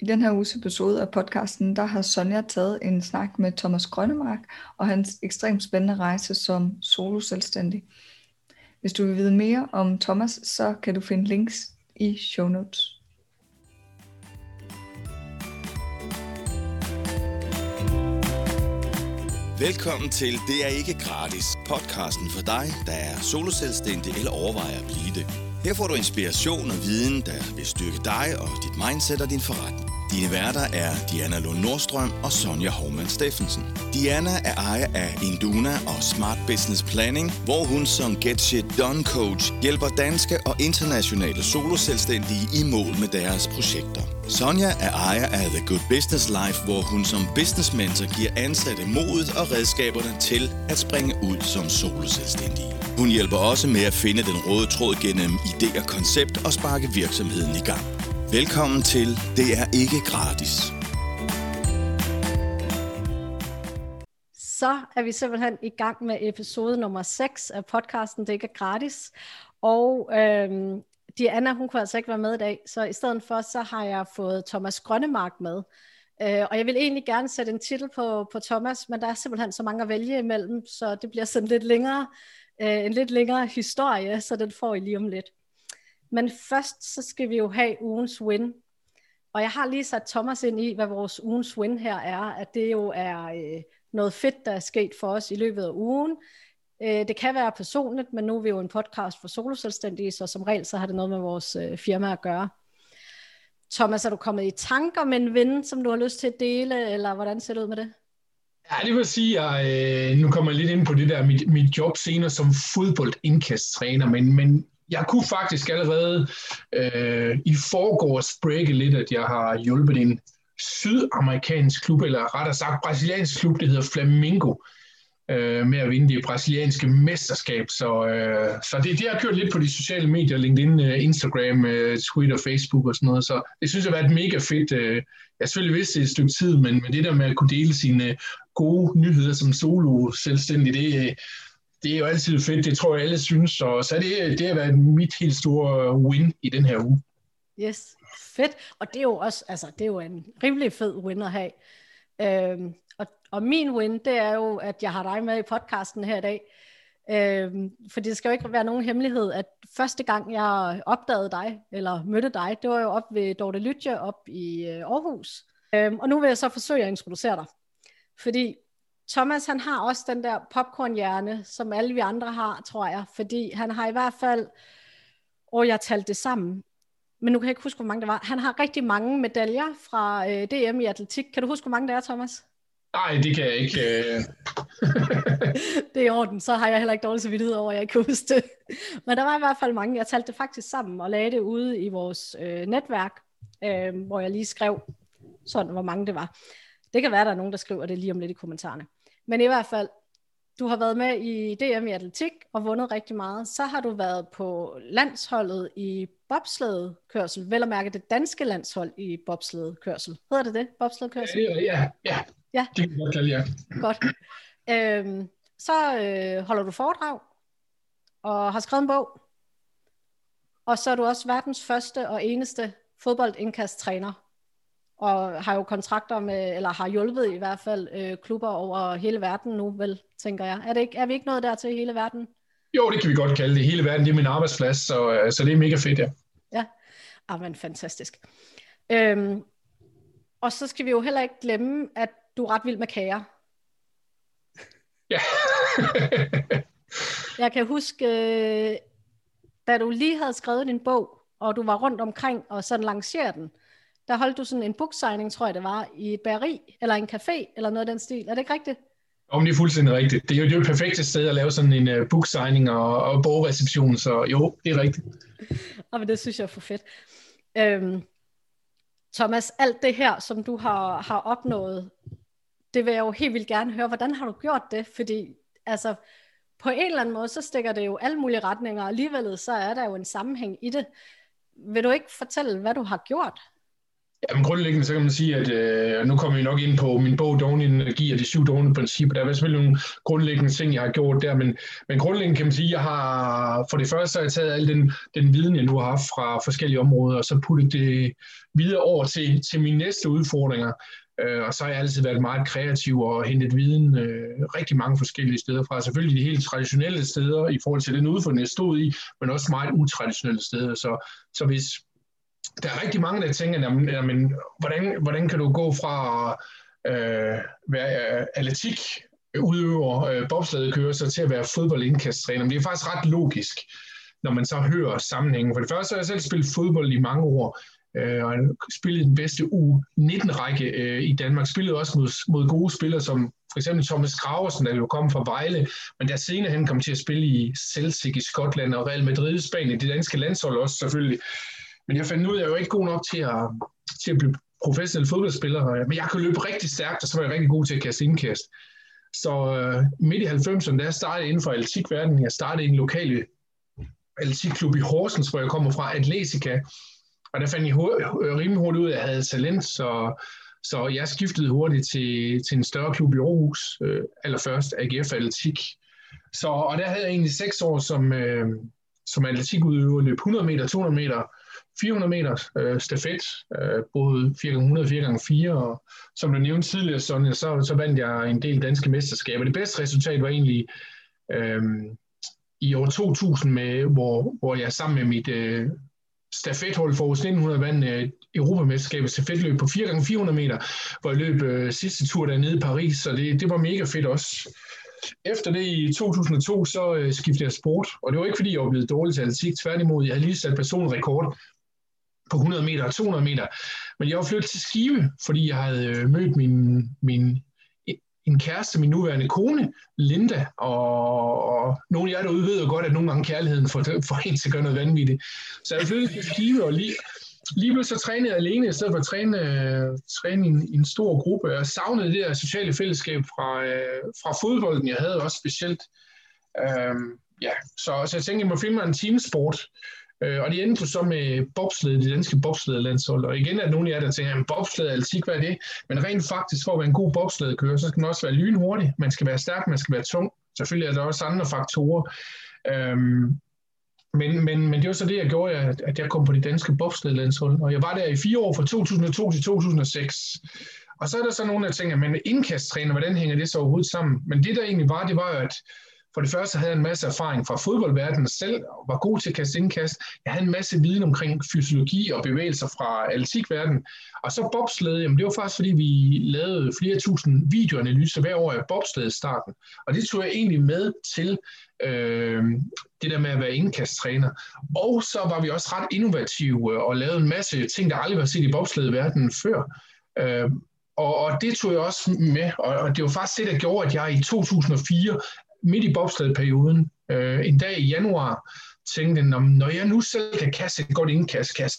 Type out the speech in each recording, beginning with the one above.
den her uges episode af podcasten, der har Sonja taget en snak med Thomas Grønnemark og hans ekstremt spændende rejse som solo-selvstændig. Hvis du vil vide mere om Thomas, så kan du finde links i show notes. Velkommen til Det er ikke gratis, podcasten for dig, der er soloselvstændig eller overvejer at blive det. Her får du inspiration og viden, der vil styrke dig og dit mindset og din forretning. Dine værter er Diana Lund Nordstrøm og Sonja Hovmand Steffensen. Diana er ejer af Induna og Smart Business Planning, hvor hun som Get Shit Done Coach hjælper danske og internationale soloselvstændige i mål med deres projekter. Sonja er ejer af The Good Business Life, hvor hun som business mentor giver ansatte modet og redskaberne til at springe ud som soloselvstændige. Hun hjælper også med at finde den røde tråd gennem idé og koncept og sparke virksomheden i gang. Velkommen til Det er ikke gratis. Så er vi simpelthen i gang med episode nummer 6 af podcasten Det er ikke gratis. Og Diana, hun kunne altså ikke være med i dag, så i stedet for, så har jeg fået Thomas Grønnemark med. Og jeg vil egentlig gerne sætte en titel på Thomas, men der er simpelthen så mange at vælge imellem, så det bliver sådan en lidt længere historie, så den får I lige om lidt. Men først så skal vi jo have ugens win. Og jeg har lige sat Thomas ind i, hvad vores ugens win her er. At det jo er noget fedt, der er sket for os i løbet af ugen. Det kan være personligt, men nu er vi jo en podcast for soloselvstændige, så som regel så har det noget med vores firma at gøre. Thomas, er du kommet i tanker med en win, som du har lyst til at dele, eller hvordan ser det ud med det? Ja, det vil sige, at nu kommer jeg lidt ind på det der mit job senere som fodboldindkasttræner, men jeg kunne faktisk allerede i forgårs breake lidt, at jeg har hjulpet en sydamerikansk klub, eller rettere sagt brasiliansk klub, det hedder Flamengo, med at vinde det brasilianske mesterskab. Så det har kørt lidt på de sociale medier, LinkedIn, Instagram, Twitter, Facebook og sådan noget. Så det synes jeg har været mega fedt. Jeg selvfølgelig vidste det et stykke tid, men det der med at kunne dele sine gode nyheder som solo-selvstændig, det er jo altid fedt. Det tror jeg alle synes. Så det har været mit helt store win i den her uge. Yes, fedt. Og det er jo også, altså det er jo en rimelig fed win at have. Og min win, det er jo, at jeg har dig med i podcasten her i dag. For det skal jo ikke være nogen hemmelighed, at første gang jeg opdagede dig, eller mødte dig, det var jo op ved Dorte Lytje op i Aarhus. Og nu vil jeg så forsøge at introducere dig. Fordi Thomas, han har også den der popcornhjerne, som alle vi andre har, tror jeg. Fordi han har i hvert fald, jeg talte det sammen, men nu kan jeg ikke huske, hvor mange der var. Han har rigtig mange medaljer fra DM i atletik. Kan du huske, hvor mange der er, Thomas? Nej, det kan jeg ikke. Det er i orden, så har jeg heller ikke dårlig samvittighed over, at jeg ikke kan huske det. Men der var i hvert fald mange. Jeg talte det faktisk sammen og lagde det ude i vores netværk, hvor jeg lige skrev sådan, hvor mange det var. Det kan være, der er nogen, der skriver det lige om lidt i kommentarerne. Men i hvert fald, du har været med i DM i atletik og vundet rigtig meget. Så har du været på landsholdet i bobslædekørsel. Vel at mærke det danske landshold i bobslædekørsel. Hedder det det? Bobslædekørsel? Ja. Det kan godt kalde, ja. Godt. Så holder du foredrag og har skrevet en bog. Og så er du også verdens første og eneste fodboldindkasttræner. Og har jo kontrakter med, eller har hjulpet i hvert fald klubber over hele verden nu, vel, tænker jeg. Er vi ikke nået dertil i hele verden? Jo, det kan vi godt kalde det. Hele verden, det er min arbejdsplads, så det er mega fedt, ja. Ja, men fantastisk. Og så skal vi jo heller ikke glemme, at du er ret vild med kager. Ja. Jeg kan huske, da du lige havde skrevet din bog, og du var rundt omkring og sådan lancerede den, der holdt du sådan en booksigning, tror jeg det var, i et bageri, eller en café, eller noget af den stil. Er det ikke rigtigt? Om det er fuldstændig rigtigt. Det er jo et perfekt sted at lave sådan en booksigning og bogreception, så jo, det er rigtigt. Men det synes jeg er for fedt. Thomas, alt det her, som du har opnået, det vil jeg jo helt vildt gerne høre. Hvordan har du gjort det? Fordi altså, på en eller anden måde, så stikker det jo alle mulige retninger, og alligevel så er der jo en sammenhæng i det. Vil du ikke fortælle, hvad du har gjort? Jamen grundlæggende så kan man sige, at nu kommer vi nok ind på min bog Doven Energi og de 7 dovne principper. Der er selvfølgelig nogle grundlæggende ting, jeg har gjort der, men grundlæggende kan man sige, at jeg har for det første så har jeg taget al den viden, jeg nu har haft fra forskellige områder, og så puttet det videre over til mine næste udfordringer. Og så har jeg altid været meget kreativ og hentet viden rigtig mange forskellige steder fra. Selvfølgelig de helt traditionelle steder i forhold til den udfordring, jeg stod i, men også meget utraditionelle steder. Så hvis der er rigtig mange, der tænker, men hvordan kan du gå fra at være atletikudøver, bobslædekører, så til at være fodboldindkasttræner? Men det er faktisk ret logisk, når man så hører sammenhængen. For det første har jeg selv spillet fodbold i mange år, og spillede den bedste U19-række i Danmark. Spillede også mod gode spillere, som for eksempel Thomas Graversen, der jo kom fra Vejle, men der senere hen kom til at spille i Celtic i Skotland og Real Madrid i Spanien, det danske landshold også selvfølgelig. Men jeg fandt ud af, at jeg var ikke god nok til at blive professionel fodboldspiller, men jeg kunne løbe rigtig stærkt, og så var jeg rigtig god til at kaste indkast. Så midt i 90'erne, der startede jeg inden for atletikverdenen. Jeg startede i en lokal atletikklub i Horsens, hvor jeg kommer fra, Atletica. Og der fandt jeg rimelig hurtigt ud af, at jeg havde talent, så jeg skiftede hurtigt til en større klub i Aarhus, allerførst AGF Atletik. Og der havde jeg egentlig 6 år som atletikudøver, løb 100 meter, 200 meter, 400 meter stafet, både 4x100 og 4x4, og som du nævnte tidligere, Sonja, så vandt jeg en del danske mesterskaber. Det bedste resultat var egentlig i år 2000, hvor jeg sammen med mit stafethold for Aarhus 1900 vandt Europamesterskabet stafetløb på 4x400 meter, hvor jeg løb sidste tur dernede i Paris, så det var mega fedt også. Efter det i 2002, så skiftede jeg sport, og det var ikke fordi, jeg var blevet dårlig til atletik, tværtimod, jeg havde lige sat personrekord på 100 meter og 200 meter, men jeg var flyttet til Skive, fordi jeg havde mødt en kæreste, min nuværende kone, Linda, og nogle af jer derude ved jo godt, at nogle gange kærligheden får en til at gøre noget vanvittigt. Så jeg flyttede til Skive, og lige blev så trænede jeg alene, i stedet for at træne i en stor gruppe. Jeg savnede det der sociale fællesskab fra fodbolden, jeg havde også specielt. Så jeg tænkte, jeg må finde mig en teamsport. Og det endte så med bobsled, det danske bobslædelandshold. Og igen er der nogle af jer, der tænker, bobsled, atletik, hvad er det? Men rent faktisk, for at være en god bobslædekører, så skal man også være lynhurtig. Man skal være stærk, man skal være tung. Selvfølgelig er der også andre faktorer. Men det var så det, jeg gjorde, at jeg kom på det danske bobslædelandshold. Og jeg var der i 4 år, fra 2002 til 2006. Og så er der så nogen, der tænker, men indkasttræner, hvordan hænger det så overhovedet sammen? Men det der egentlig var, det var jo, at for det første havde jeg en masse erfaring fra fodboldverdenen selv, og var god til at kaste indkast. Jeg havde en masse viden omkring fysiologi og bevægelser fra atletikverdenen. Og så bobslæde, jamen det var faktisk fordi, vi lavede flere tusind videoanalyser hver år af bobslædestarten. Og det tog jeg egentlig med til det der med at være indkasttræner. Og så var vi også ret innovative og lavede en masse ting, der aldrig var set i bobslædeverdenen før. Og det tog jeg også med, og det var faktisk det, der gjorde, at jeg i 2004 midt i bobslædeperioden, en dag i januar, tænkte, når jeg nu selv kan kaste et godt indkast, kan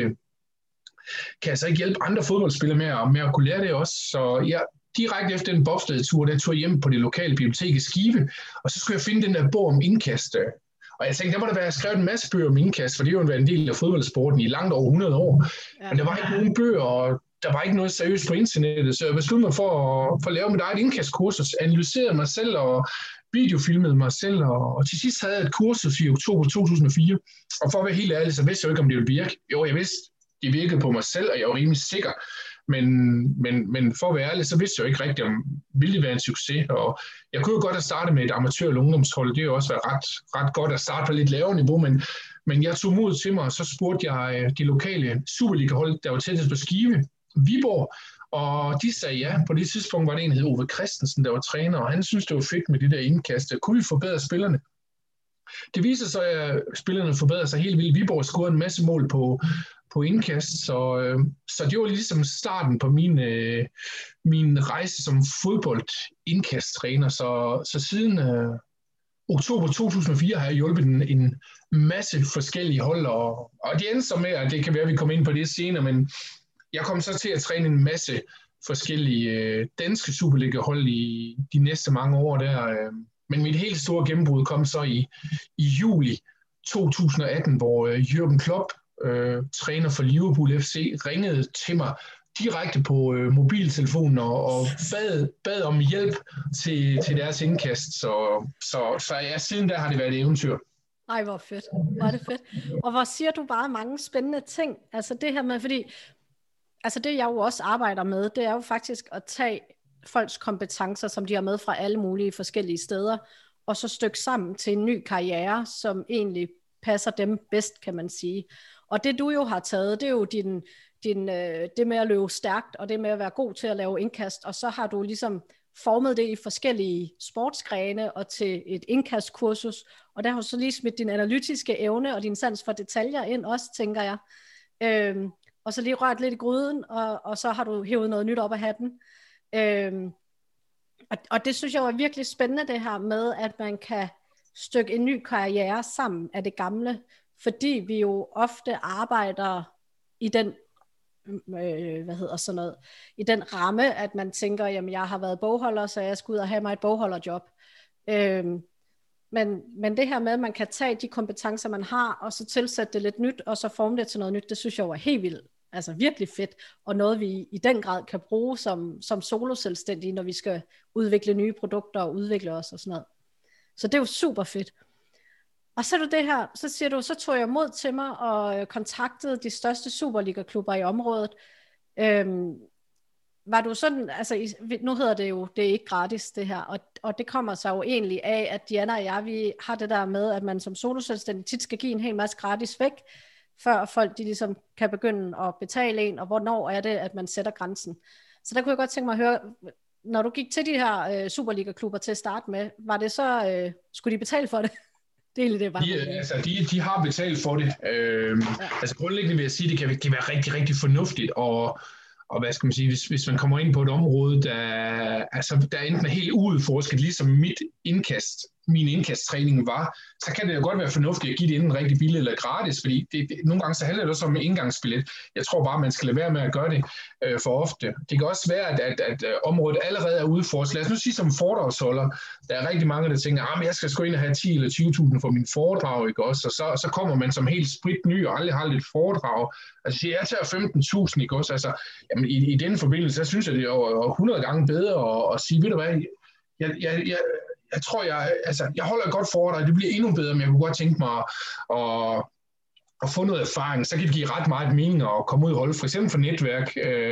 jeg så ikke hjælpe andre fodboldspillere med at kunne lære det også. Så jeg direkte efter den bobslædetur, der tog jeg hjem på det lokale bibliotek i Skive, og så skulle jeg finde den der bog om indkast. Og jeg tænkte, der må der være skrevet en masse bøger om indkast, for det er jo en del af fodboldsporten i langt over 100 år. Ja. Men der var ikke nogen bøger, og der var ikke noget seriøst på internettet, så jeg besluttede mig for at lave mit eget indkastkursus, analyserede mig selv og videofilmede mig selv, og til sidst havde jeg et kursus i oktober 2004. Og for at være helt ærlig, så vidste jeg ikke, om det ville virke. Jo, jeg vidste, det virkede på mig selv, og jeg var rimelig sikker. Men for at være ærlig, så vidste jeg jo ikke rigtigt, om ville det være en succes. Og jeg kunne jo godt have startet med et amatør- eller ungdomshold. Det er jo også været ret godt at starte på lidt lavere niveau, men jeg tog mod til mig, og så spurgte jeg de lokale Superliga-hold, der var tættest på Skive, Viborg, og de sagde ja. På det tidspunkt var det en, der hed Ove Christensen, der var træner, og han syntes, det var fedt med det der indkast. Kunne vi forbedre spillerne? Det viser sig, at spillerne forbedrede sig helt vildt. Viborg scorede en masse mål på indkast, så det var ligesom starten på min rejse som fodboldindkasttræner. Så siden oktober 2004 har jeg hjulpet en masse forskellige hold, og det endte så med, at det kan være, at vi kommer ind på det senere, men jeg kom så til at træne en masse forskellige danske Superliga-hold i de næste mange år der. Men mit helt store gennembrud kom så i juli 2018, hvor Jürgen Klopp træner for Liverpool FC, ringede til mig direkte på mobiltelefonen og bad om hjælp til deres indkast. Så ja, siden der har det været et eventyr. Ej, hvor fedt. Hvor er det fedt. Og hvor siger du bare mange spændende ting. Altså det her med, fordi altså det jeg jo også arbejder med, det er jo faktisk at tage folks kompetencer, som de har med fra alle mulige forskellige steder, og så stykke sammen til en ny karriere, som egentlig passer dem bedst, kan man sige. Og det du jo har taget, det er jo det med at løbe stærkt, og det med at være god til at lave indkast, og så har du ligesom formet det i forskellige sportsgrene og til et indkastkursus, og der har du så lige smidt din analytiske evne og din sans for detaljer ind også, tænker jeg. Og så lige rørt lidt i gryden, og så har du hævet noget nyt op af hatten. Og det synes jeg var virkelig spændende, det her med, at man kan stykke en ny karriere sammen af det gamle, fordi vi jo ofte arbejder i den i den ramme, at man tænker, jamen jeg har været bogholder, så jeg skal ud og have mig et bogholderjob. Men det her med, at man kan tage de kompetencer, man har, og så tilsætte det lidt nyt, og så forme det til noget nyt, det synes jeg var helt vildt. Altså virkelig fedt, og noget vi i den grad kan bruge som solo-selvstændige, når vi skal udvikle nye produkter og udvikle os og sådan noget. Så det er jo super fedt. Og så er du det her, så siger du, så tog jeg mod til mig og kontaktede de største Superliga-klubber i området. Var du sådan, altså nu hedder det jo, det er ikke gratis det her, og det kommer så jo egentlig af, at Diana og jeg, vi har det der med, at man som soloselvstændig tit skal give en hel masse gratis væk, før folk de ligesom kan begynde at betale en, og hvornår er det, at man sætter grænsen. Så der kunne jeg godt tænke mig at høre, når du gik til de her Superliga-klubber til at starte med, var det så, skulle de betale for det? Det er egentlig det, bare. De har betalt for det. Altså grundlæggende vil jeg sige, det kan være rigtig, rigtig fornuftigt, og hvad skal man sige, hvis man kommer ind på et område, der enten er helt udforsket, ligesom min indkasttræning var, så kan det jo godt være fornuftigt at give det enten rigtig billigt eller gratis, fordi nogle gange så handler det også om en indgangsbillet. Jeg tror bare, man skal lade være med at gøre det for ofte. Det kan også være, at området allerede er udforsket. Lad os nu sige som foredragsholder, der er rigtig mange, der tænker, men jeg skal sgu ind og have 10 eller 20.000 for min foredrag, ikke også? Og så kommer man som helt spritny og aldrig har lidt foredrag. Altså siger, jeg tager 15.000, ikke også? Altså, jamen, i den forbindelse, så synes jeg, det er 100 gange bedre at sige, ved du hvad, jeg tror, jeg holder et godt foredrag, det bliver endnu bedre, men jeg kunne godt tænke mig at få noget erfaring, så kan det give ret meget mening at komme ud og holde, for eksempel for netværk,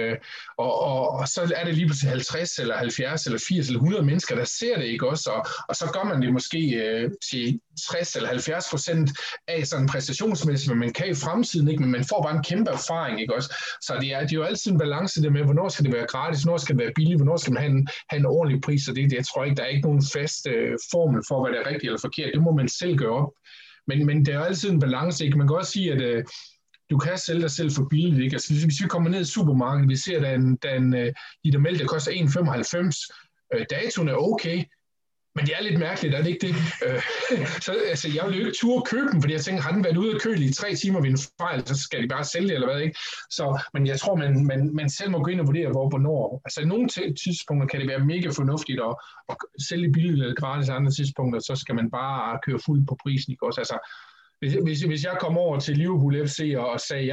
og så er det lige pludselig 50 eller 70 eller 80 eller 100 mennesker, der ser det, ikke også, og så gør man det måske til 60 eller 70% af sådan præstationsmæssigt, hvad man kan i fremtiden, ikke? Men man får bare en kæmpe erfaring, ikke også, så det er jo altid en balance det med, hvornår skal det være gratis, hvornår skal det være billigt, hvornår skal man have en ordentlig pris, og det jeg tror ikke, der er ikke nogen fast formel for, hvad det er rigtigt eller forkert, det må man selv gøre op. Men det er jo altid en balance, ikke? Man kan også sige, at du kan sælge dig selv for billigt, ikke? Altså, hvis vi kommer ned i supermarkedet, vi ser, at der er en liter mælk, der koster 1,95. Datoen er okay, men det er lidt mærkeligt, er det ikke det? Så altså, jeg vil jo ikke turde købe dem, fordi jeg tænker, har den været ude af køle i 3 timer ved en fejl, så skal de bare sælge det, eller hvad, ikke? Men jeg tror, man selv må gå ind og vurdere, hvornår. Altså i nogle tidspunkter kan det være mega fornuftigt at sælge billigt eller gratis, andre tidspunkter, så skal man bare køre fuld på prisen, ikke også? Altså, hvis jeg kom over til Liverpool FC og sagde,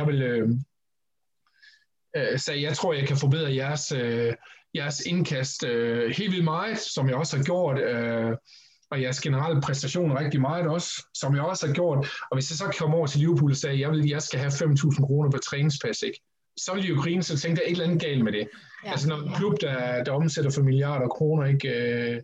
jeg tror, jeg kan forbedre jeres indkast helt vildt meget, som jeg også har gjort, og jeres generelle præstationer rigtig meget også, som jeg også har gjort. Og hvis jeg så kommer over til Liverpool og sagde, jeg skal have 5.000 kroner per træningspas, ikke? Så vil de jo grine, så tænkte jeg et eller andet galt med det. Ja. Altså når en klub, der omsætter for milliarder kroner, ikke...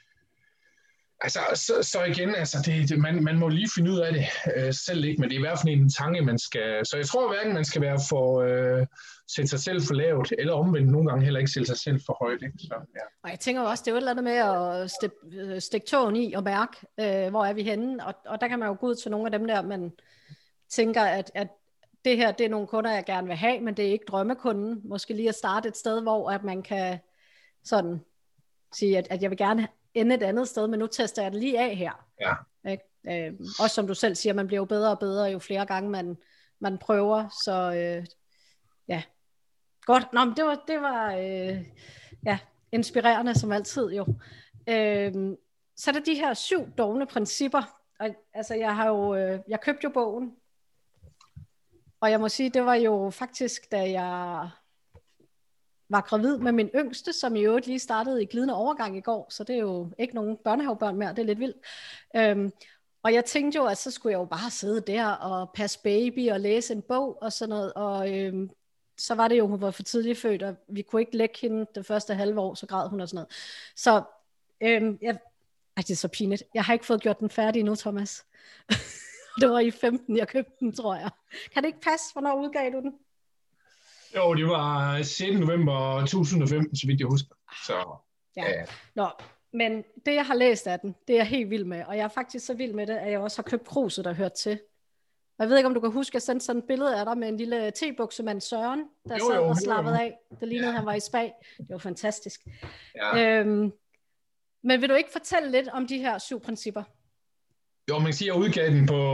Så igen, man må lige finde ud af det selv, ikke? Men det er i hvert fald en tanke, man skal... Så jeg tror hverken, man skal være for... sætte sig selv for lavt, eller omvendt nogle gange heller ikke sætte sig selv for højt. Ikke? Så, ja. Og jeg tænker også, det er jo et eller andet med at stikke tåen i og mærke, hvor er vi henne, og der kan man jo gå ud til nogle af dem der, man tænker, at det her, det er nogle kunder, jeg gerne vil have, men det er ikke drømmekunden. Måske lige at starte et sted, hvor at man kan sådan sige, at jeg vil gerne ende et andet sted, men nu tester jeg det lige af her. Ja. Også som du selv siger, man bliver jo bedre og bedre, jo flere gange man prøver, så ja. Godt. Nå, men det var inspirerende som altid jo. Så er der de her 7 dovne principper. Og, altså jeg købte jo bogen. Og jeg må sige, det var jo faktisk, da jeg var gravid med min yngste, som i øvrigt lige startede i glidende overgang i går, så det er jo ikke nogen børnehavebørn mere, det er lidt vildt. Og jeg tænkte jo, at så skulle jeg jo bare sidde der og passe baby og læse en bog og sådan noget, og så var det jo, hun var for tidligt født, og vi kunne ikke lægge hende det første halve år, så græd hun og sådan noget. Så det er så pinligt. Jeg har ikke fået gjort den færdig endnu, Thomas. Det var i 15, jeg købte den, tror jeg. Kan det ikke passe? Hvornår udgav du den? Jo, det var 6. november 2015, så vidt jeg husker. Så, ja. Nå, men det, jeg har læst af den, det er jeg helt vild med. Og jeg er faktisk så vild med det, at jeg også har købt kruset, der hørte til. Og jeg ved ikke, om du kan huske, at jeg sendte sådan et billede af dig med en lille tebuksemand Søren, der sad og slappede af. Det lignede, han var i spa. Det var fantastisk. Ja. Men vil du ikke fortælle lidt om de her 7 principper? Jo, man kan sige, at jeg udgav den på,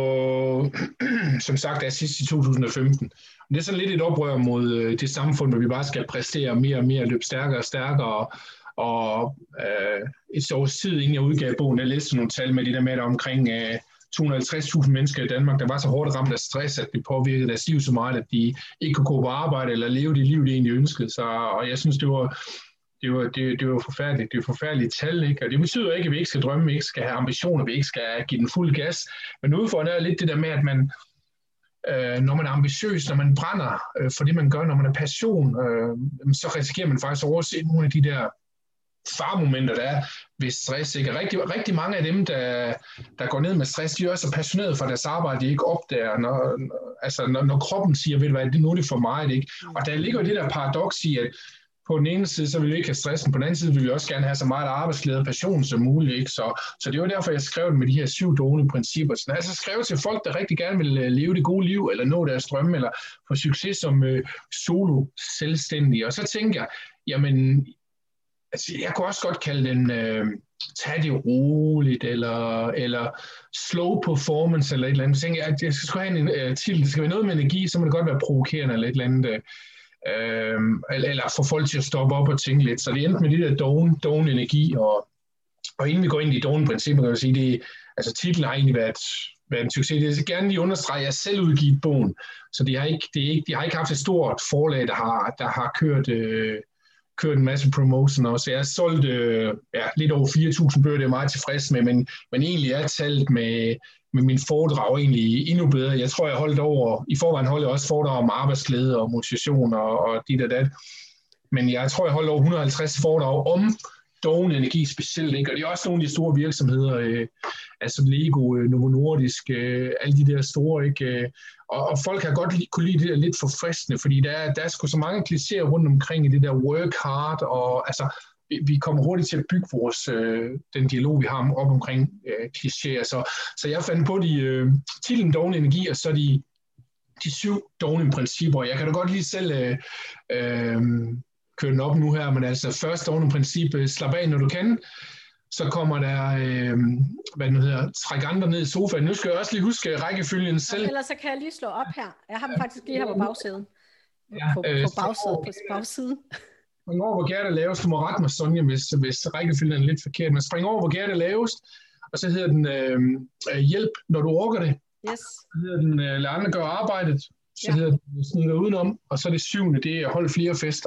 som sagt, sidst i 2015. Det er sådan lidt et oprør mod det samfund, hvor vi bare skal præstere mere og mere, løbe stærkere og stærkere. Og et års tid, inden jeg udgav bogen, jeg læste nogle tal med det der med, at omkring 250.000 mennesker i Danmark, der var så hårdt ramt af stress, at det påvirkede deres liv så meget, at de ikke kunne gå på arbejde eller leve det liv, de egentlig ønskede. Og jeg synes, det var forfærdeligt. Det er forfærdeligt tal, ikke? Og det betyder ikke, at vi ikke skal drømme, vi ikke skal have ambitioner, vi ikke skal give den fuld gas. Men udfordringen er lidt det der med, at man, når man er ambitiøs, når man brænder for det, man gør, når man er passion, så risikerer man faktisk at overse nogle af de der faremomenter, der er ved stress. Ikke? Rigtig mange af dem, der går ned med stress, de er også passionerede for deres arbejde, de ikke opdager, når kroppen siger, ved du hvad, nu er det for meget. Ikke? Og der ligger det der paradoks i, at på den ene side, så vil vi ikke have stressen, på den anden side vil vi også gerne have så meget arbejdsglæde og passion som muligt. Ikke? Så det var derfor, jeg skrev det med de her 7 dogne principper. Så altså skrev til folk, der rigtig gerne vil leve det gode liv, eller nå deres drømme, eller få succes som solo selvstændig. Og så tænker jeg, jamen, altså, jeg kunne også godt kalde den tag det roligt, eller slow performance, eller et eller andet. Så tænker jeg, at jeg skal have en titel, det skal være noget med energi, så må det godt være provokerende, eller et eller andet, eller få folk til at stoppe op og tænke lidt. Så det endte med det der doven energi, og inden vi går ind i doven principper, kan jeg sige, altså titlen har egentlig været en succes. Det er gerne lige understrege, at jeg selv udgivet bogen, så de har ikke haft et stort forlag, der har kørt en masse promotion også. Jeg har solgt lidt over 4.000 bøger, det er meget tilfreds med, men egentlig er tallet med min foredrag egentlig endnu bedre. Jeg tror, i forvejen holdt jeg også foredrag om arbejdsglæde og motivation og dit og dat. Men jeg tror, jeg holdt over 150 foredrag om doven energi specielt, ikke? Og det er også nogle af de store virksomheder, altså Lego, Novo Nordisk, alle de der store, ikke? Og folk har godt kunne lide det der lidt forfriskende, fordi der er sgu så mange klichéer rundt omkring i det der work hard, og altså, vi kommer hurtigt til at bygge den dialog, vi har op omkring klichéer. Så jeg fandt på titlen doven energi, og så de 7 dovne principper. Jeg kan da godt lige selv køre den op nu her, men altså først dovne princip, slap af, når du kan. Så kommer der, træk andre ned i sofaen. Nu skal jeg også lige huske rækkefølgen selv. Ellers så kan jeg lige slå op her. Jeg har dem faktisk lige her på bagsiden. På bagsiden. Spring over, hvor gæret er lavest. Du må rette mig, Sonja, hvis rækkefølgen er lidt forkert. Men spring over, hvor gæret er lavest. Og så hedder den hjælp, når du orker det. Yes. Så hedder den lad andre gøre arbejdet. Så hedder den snid dig udenom. Og så det 7. det er hold flere fester.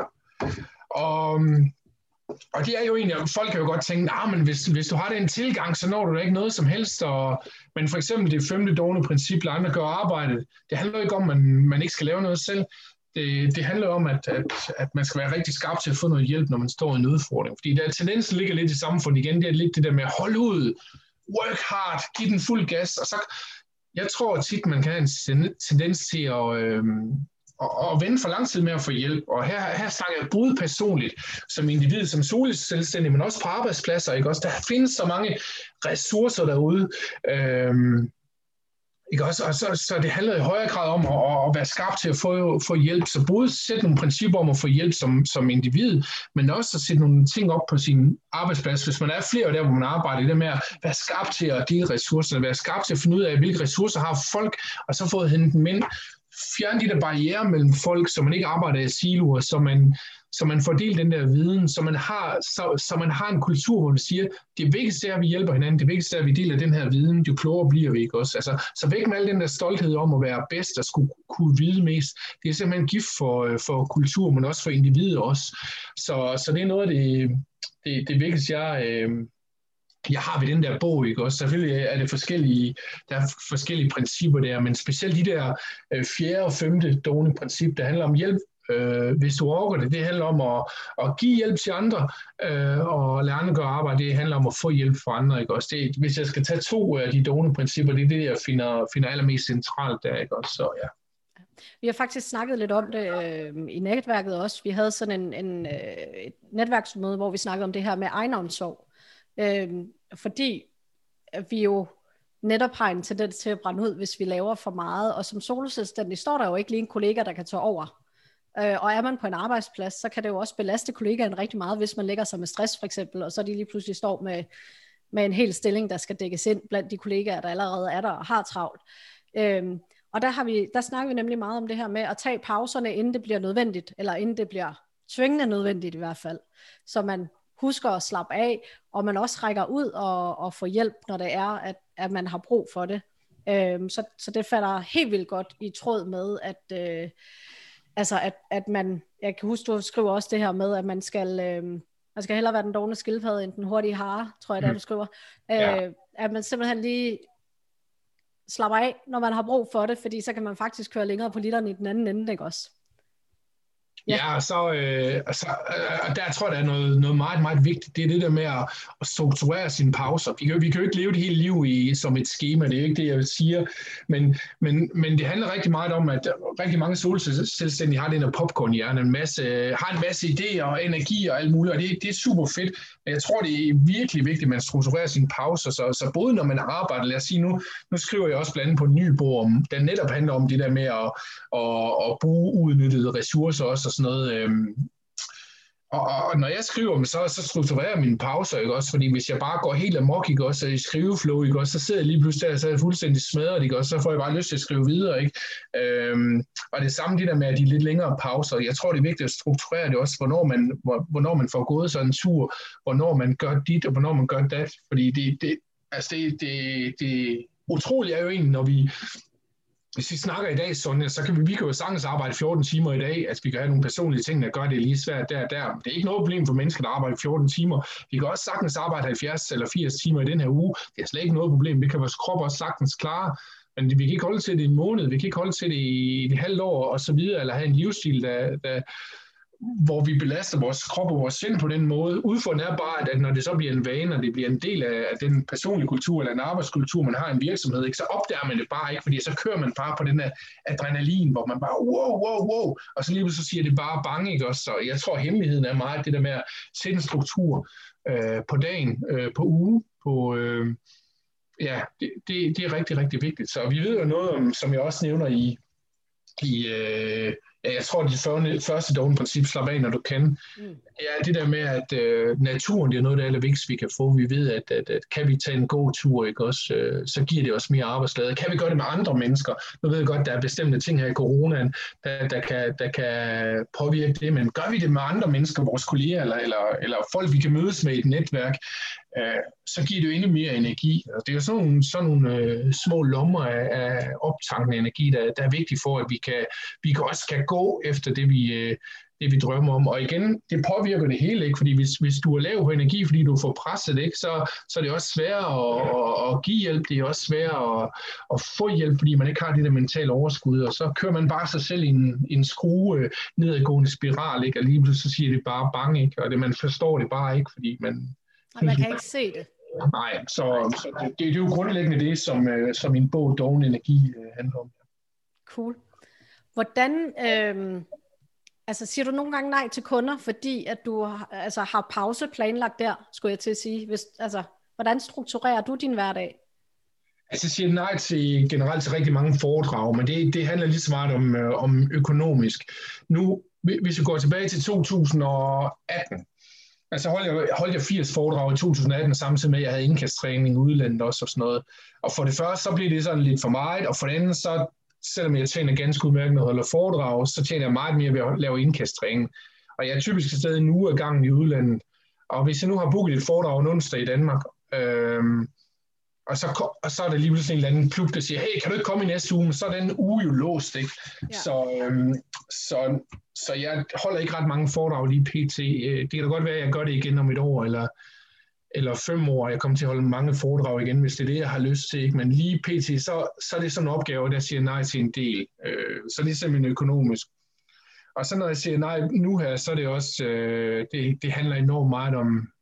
Og det er jo egentlig, folk kan jo godt tænke, men hvis du har den tilgang, så når du da ikke noget som helst. Men for eksempel det 5. dovne princip, lad andre gøre arbejdet. Det handler ikke om, at man ikke skal lave noget selv. Det handler om, at man skal være rigtig skarp til at få noget hjælp, når man står i en udfordring. Fordi der tendensen ligger lidt i samfundet igen. Det er lidt det der med at holde ud, work hard, give den fuld gas. Og så, jeg tror tit, man kan have en tendens til at vente for lang tid med at få hjælp. Og her snakker jeg både personligt, som individ, som selvstændig, men også på arbejdspladser. Ikke? Også, der findes så mange ressourcer derude. Ikke også? Og så det handler i højere grad om at være skarp til at få hjælp. Så både sætte nogle principper om at få hjælp som individ, men også at sætte nogle ting op på sin arbejdsplads. Hvis man er flere der, hvor man arbejder, det med at være skarp til at dele ressourcer, være skarp til at finde ud af, hvilke ressourcer har folk, og så få hentet dem ind. fjerne de der barrierer mellem folk, så man ikke arbejder i siloer, så man får delt den der viden, så man har en kultur, hvor man siger, det vigtigste er, at vi hjælper hinanden, det vigtigste er, at vi deler den her viden, jo klogere bliver vi, ikke også? Altså, så væk med al den der stolthed om at være bedst, og skulle kunne vide mest. Det er simpelthen gift for kultur, men også for individer også. Så det er noget af det vigtigste, jeg har ved den der bog, ikke også? Selvfølgelig er det der er forskellige principper der, men specielt de der 4. og 5. Dovne-princip, der handler om hjælp, hvis du orker det handler om at give hjælp til andre, og lade andre gøre arbejde, det handler om at få hjælp fra andre, ikke også? Hvis jeg skal tage 2 af de Dovne-principper, det er det, jeg finder allermest centralt der, ikke også? Så ja. Vi har faktisk snakket lidt om det i netværket også. Vi havde sådan et netværksmøde, hvor vi snakkede om det her med egenomsorg. Fordi vi jo netop har en tendens til at brænde ud, hvis vi laver for meget, og som soloselvstændig står der jo ikke lige en kollega, der kan tage over. Og er man på en arbejdsplads, så kan det jo også belaste kollegaen rigtig meget, hvis man lægger sig med stress for eksempel, og så de lige pludselig står med en hel stilling, der skal dækkes ind blandt de kollegaer, der allerede er der og har travlt. Og der snakker vi nemlig meget om det her med at tage pauserne, inden det bliver nødvendigt, eller inden det bliver tvingende nødvendigt i hvert fald, så man husker at slappe af, og man også rækker ud og får hjælp, når det er, at man har brug for det. Så det falder helt vildt godt i tråd med, at man, jeg kan huske, du skriver også det her med, at man skal hellere være den dovne skildpadde, end den hurtige hare, tror jeg, det er, du skriver. At man simpelthen lige slapper af, når man har brug for det, fordi så kan man faktisk køre længere på literen i den anden ende, ikke også? Ja, så der tror jeg, der er noget meget, meget vigtigt. Det er det der med at strukturere sine pauser. Vi kan jo ikke leve det hele liv som et skema, det er ikke det, jeg siger. Men det handler rigtig meget om, at rigtig mange soloselvstændige har den her popcornhjerne, har en masse idéer og energi og alt muligt, og det er super fedt. Men jeg tror, det er virkelig vigtigt, at man strukturerer sine pauser, så både når man arbejder, lad os sige nu skriver jeg også blandt andet på en ny bog, der netop handler om det der med at bruge uudnyttede ressourcer også, sådan noget. Og når jeg skriver dem, så strukturerer jeg mine pauser, ikke også? Fordi hvis jeg bare går helt amok, ikke også, i skriveflow, ikke også, så sidder jeg lige pludselig der, så er jeg fuldstændig smadret, ikke også, så får jeg bare lyst til at skrive videre, ikke? Og det samme det der med de lidt længere pauser. Jeg tror, det er vigtigt at strukturere det også, hvornår man får gået sådan en tur, hvornår man gør dit, og hvornår man gør dat. Fordi det utroligt er jo egentlig, når hvis vi snakker i dag, Sonja, så kan vi kan jo sagtens arbejde 14 timer i dag. Altså, vi kan have nogle personlige ting, der gør det lige svært der. Det er ikke noget problem for mennesker, der arbejder 14 timer. Vi kan også sagtens arbejde 70 eller 80 timer i den her uge. Det er slet ikke noget problem. Det kan vores krop også sagtens klare. Men vi kan ikke holde til det i en måned. Vi kan ikke holde til det i et halvt år og så videre, eller have en livsstil, hvor vi belaster vores krop og vores sind på den måde. Udfordringen er bare, at når det så bliver en vane, og det bliver en del af den personlige kultur eller en arbejdskultur, man har i en virksomhed, ikke, så opdager man det bare ikke, fordi så kører man bare på den her adrenalin, hvor man bare wow, og så lige så siger det bare bange, ikke også? Så jeg tror, hemmeligheden er meget det der med at sætte en struktur på dagen, på uge, på... det er rigtig, rigtig vigtigt. Så vi ved jo noget om, som jeg også nævner jeg tror, det første Dovne-princip, slap af, når du kan. Ja, det der med, at naturen, det er noget, der er allervigtigst, vi kan få. Vi ved, at kan vi tage en god tur, ikke også, så giver det også mere arbejdsglæde. Kan vi gøre det med andre mennesker? Nu ved jeg godt, der er bestemte ting her i coronaen, der kan påvirke det, men gør vi det med andre mennesker, vores kolleger, eller folk, vi kan mødes med i et netværk, så giver det jo endnu mere energi. Altså, det er jo sådan nogle små lommer af optankende energi, der er vigtigt for, at vi også kan gå efter det, vi drømmer om. Og igen, det påvirker det hele, ikke? Fordi hvis du er lav på energi, fordi du får presset, ikke? Så er det også sværere at give hjælp. Det er også sværere at få hjælp, fordi man ikke har det der mentale overskud. Og så kører man bare sig selv i en skrue nedadgående spiral, ikke? Og lige pludselig så siger det bare bange, ikke? Og man forstår det bare ikke, fordi man kan ikke se det. Nej, så det er jo grundlæggende det, som min bog Doven Energi handler om. Cool. Hvordan, siger du nogle gange nej til kunder, fordi at du har pause planlagt der, skulle jeg til at sige. Hvordan strukturerer du din hverdag? Jeg siger nej generelt til rigtig mange foredrag, men det handler lige så meget om økonomisk. Nu, hvis vi går tilbage til 2018, så holdt jeg 80 foredrag i 2018, samtidig med, at jeg havde indkasttræning i udlandet også og sådan noget. Og for det første, så blev det sådan lidt for meget, og for det andet, selvom jeg tjener ganske udmærket, når jeg holder foredrag, så tjener jeg meget mere ved at lave indkasttræning. Og jeg er typisk et sted en uge ad gangen i udlandet. Og hvis jeg nu har booket et foredrag en onsdag i Danmark, og så er der lige pludselig en eller anden klub, der siger, hey, kan du ikke komme i næste uge? Men så er den uge jo låst, ikke? Ja. Så jeg holder ikke ret mange foredrag lige pt. Det kan da godt være, at jeg gør det igen om et år, eller 5 år. Jeg kommer til at holde mange foredrag igen, hvis det er det, jeg har lyst til. Ikke? Men lige pt. Så er det sådan en opgave, der siger nej til en del. Så det er simpelthen økonomisk. Og så når jeg siger nej nu her, så er det også, det handler enormt meget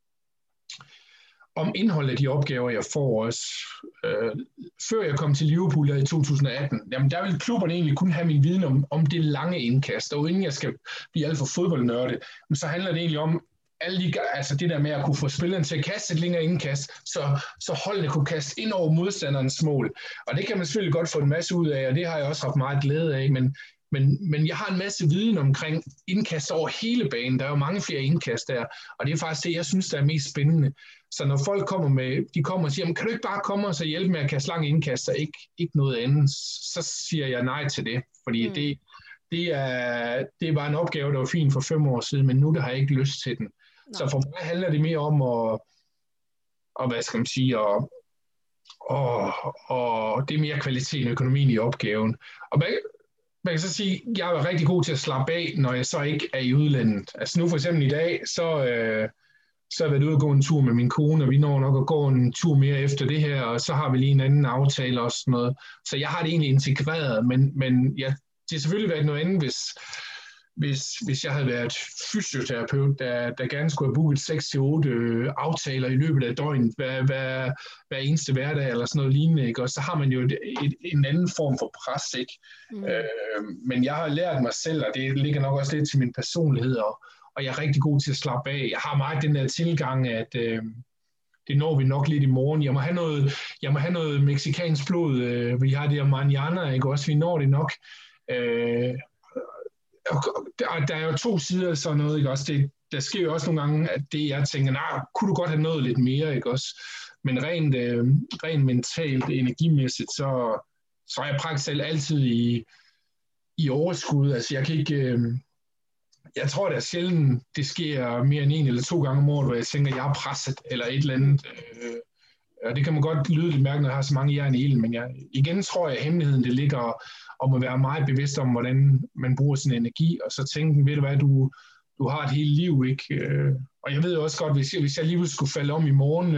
om indholdet af de opgaver, jeg får også. Før jeg kom til Liverpool der i 2018, jamen der ville klubberne egentlig kun have min viden om det lange indkast, og inden jeg skal blive alt for fodboldnørdet, så handler det egentlig om altså det der med at kunne få spilleren til at kaste et længere indkast, så holdene kunne kaste ind over modstanderens mål. Og det kan man selvfølgelig godt få en masse ud af, og det har jeg også haft meget glæde af, men jeg har en masse viden omkring indkast over hele banen. Der er jo mange flere indkast der, og det er faktisk det, jeg synes, der er mest spændende. Så når folk kommer og siger, kan du ikke bare komme og så hjælpe med at kaste lange indkast, og ikke noget andet, så siger jeg nej til det, fordi det er bare en opgave, der var fin for 5 år siden, men nu der har jeg ikke lyst til den. Nej. Så for mig handler det mere om at hvad skal man sige, og det er mere kvalitet og økonomien i opgaven. Og man kan så sige, at jeg er rigtig god til at slappe af, når jeg så ikke er i udlandet. Altså nu for eksempel i dag, så har jeg været ude og gå en tur med min kone, og vi når nok at gå en tur mere efter det her, og så har vi lige en anden aftale og sådan noget. Så jeg har det egentlig integreret, men det har selvfølgelig været noget andet, hvis jeg havde været fysioterapeut, der gerne skulle have booket 6-8 aftaler i løbet af døgnet, hver eneste hverdag eller sådan noget lignende, ikke? Og så har man jo en anden form for pres, ikke? Men jeg har lært mig selv, og det ligger nok også lidt til min personlighed, og jeg er rigtig god til at slappe af. Jeg har meget den der tilgang, at det når vi nok lidt i morgen. Jeg må have noget mexicansk blod. Vi har det her manana, ikke? Også vi når det nok. Der er jo 2 sider af sådan noget, ikke også? Der sker jo også nogle gange, at det jeg tænker, kunne du godt have nået lidt mere, ikke også? Men rent mentalt, energimæssigt, så er jeg praktisk altid i overskud. Altså jeg kan ikke... Jeg tror, det er sjældent, det sker mere end 1 eller 2 gange om året, hvor jeg tænker, jeg er presset, eller et eller andet. Og det kan man godt lyde lidt mærke, når jeg har så mange jern i ilden, men igen tror jeg, at hemmeligheden det ligger om at være meget bevidst om, hvordan man bruger sin energi, og så tænke, ved du hvad, du har et helt liv, ikke? Og jeg ved også godt, hvis jeg lige skulle falde om i morgen,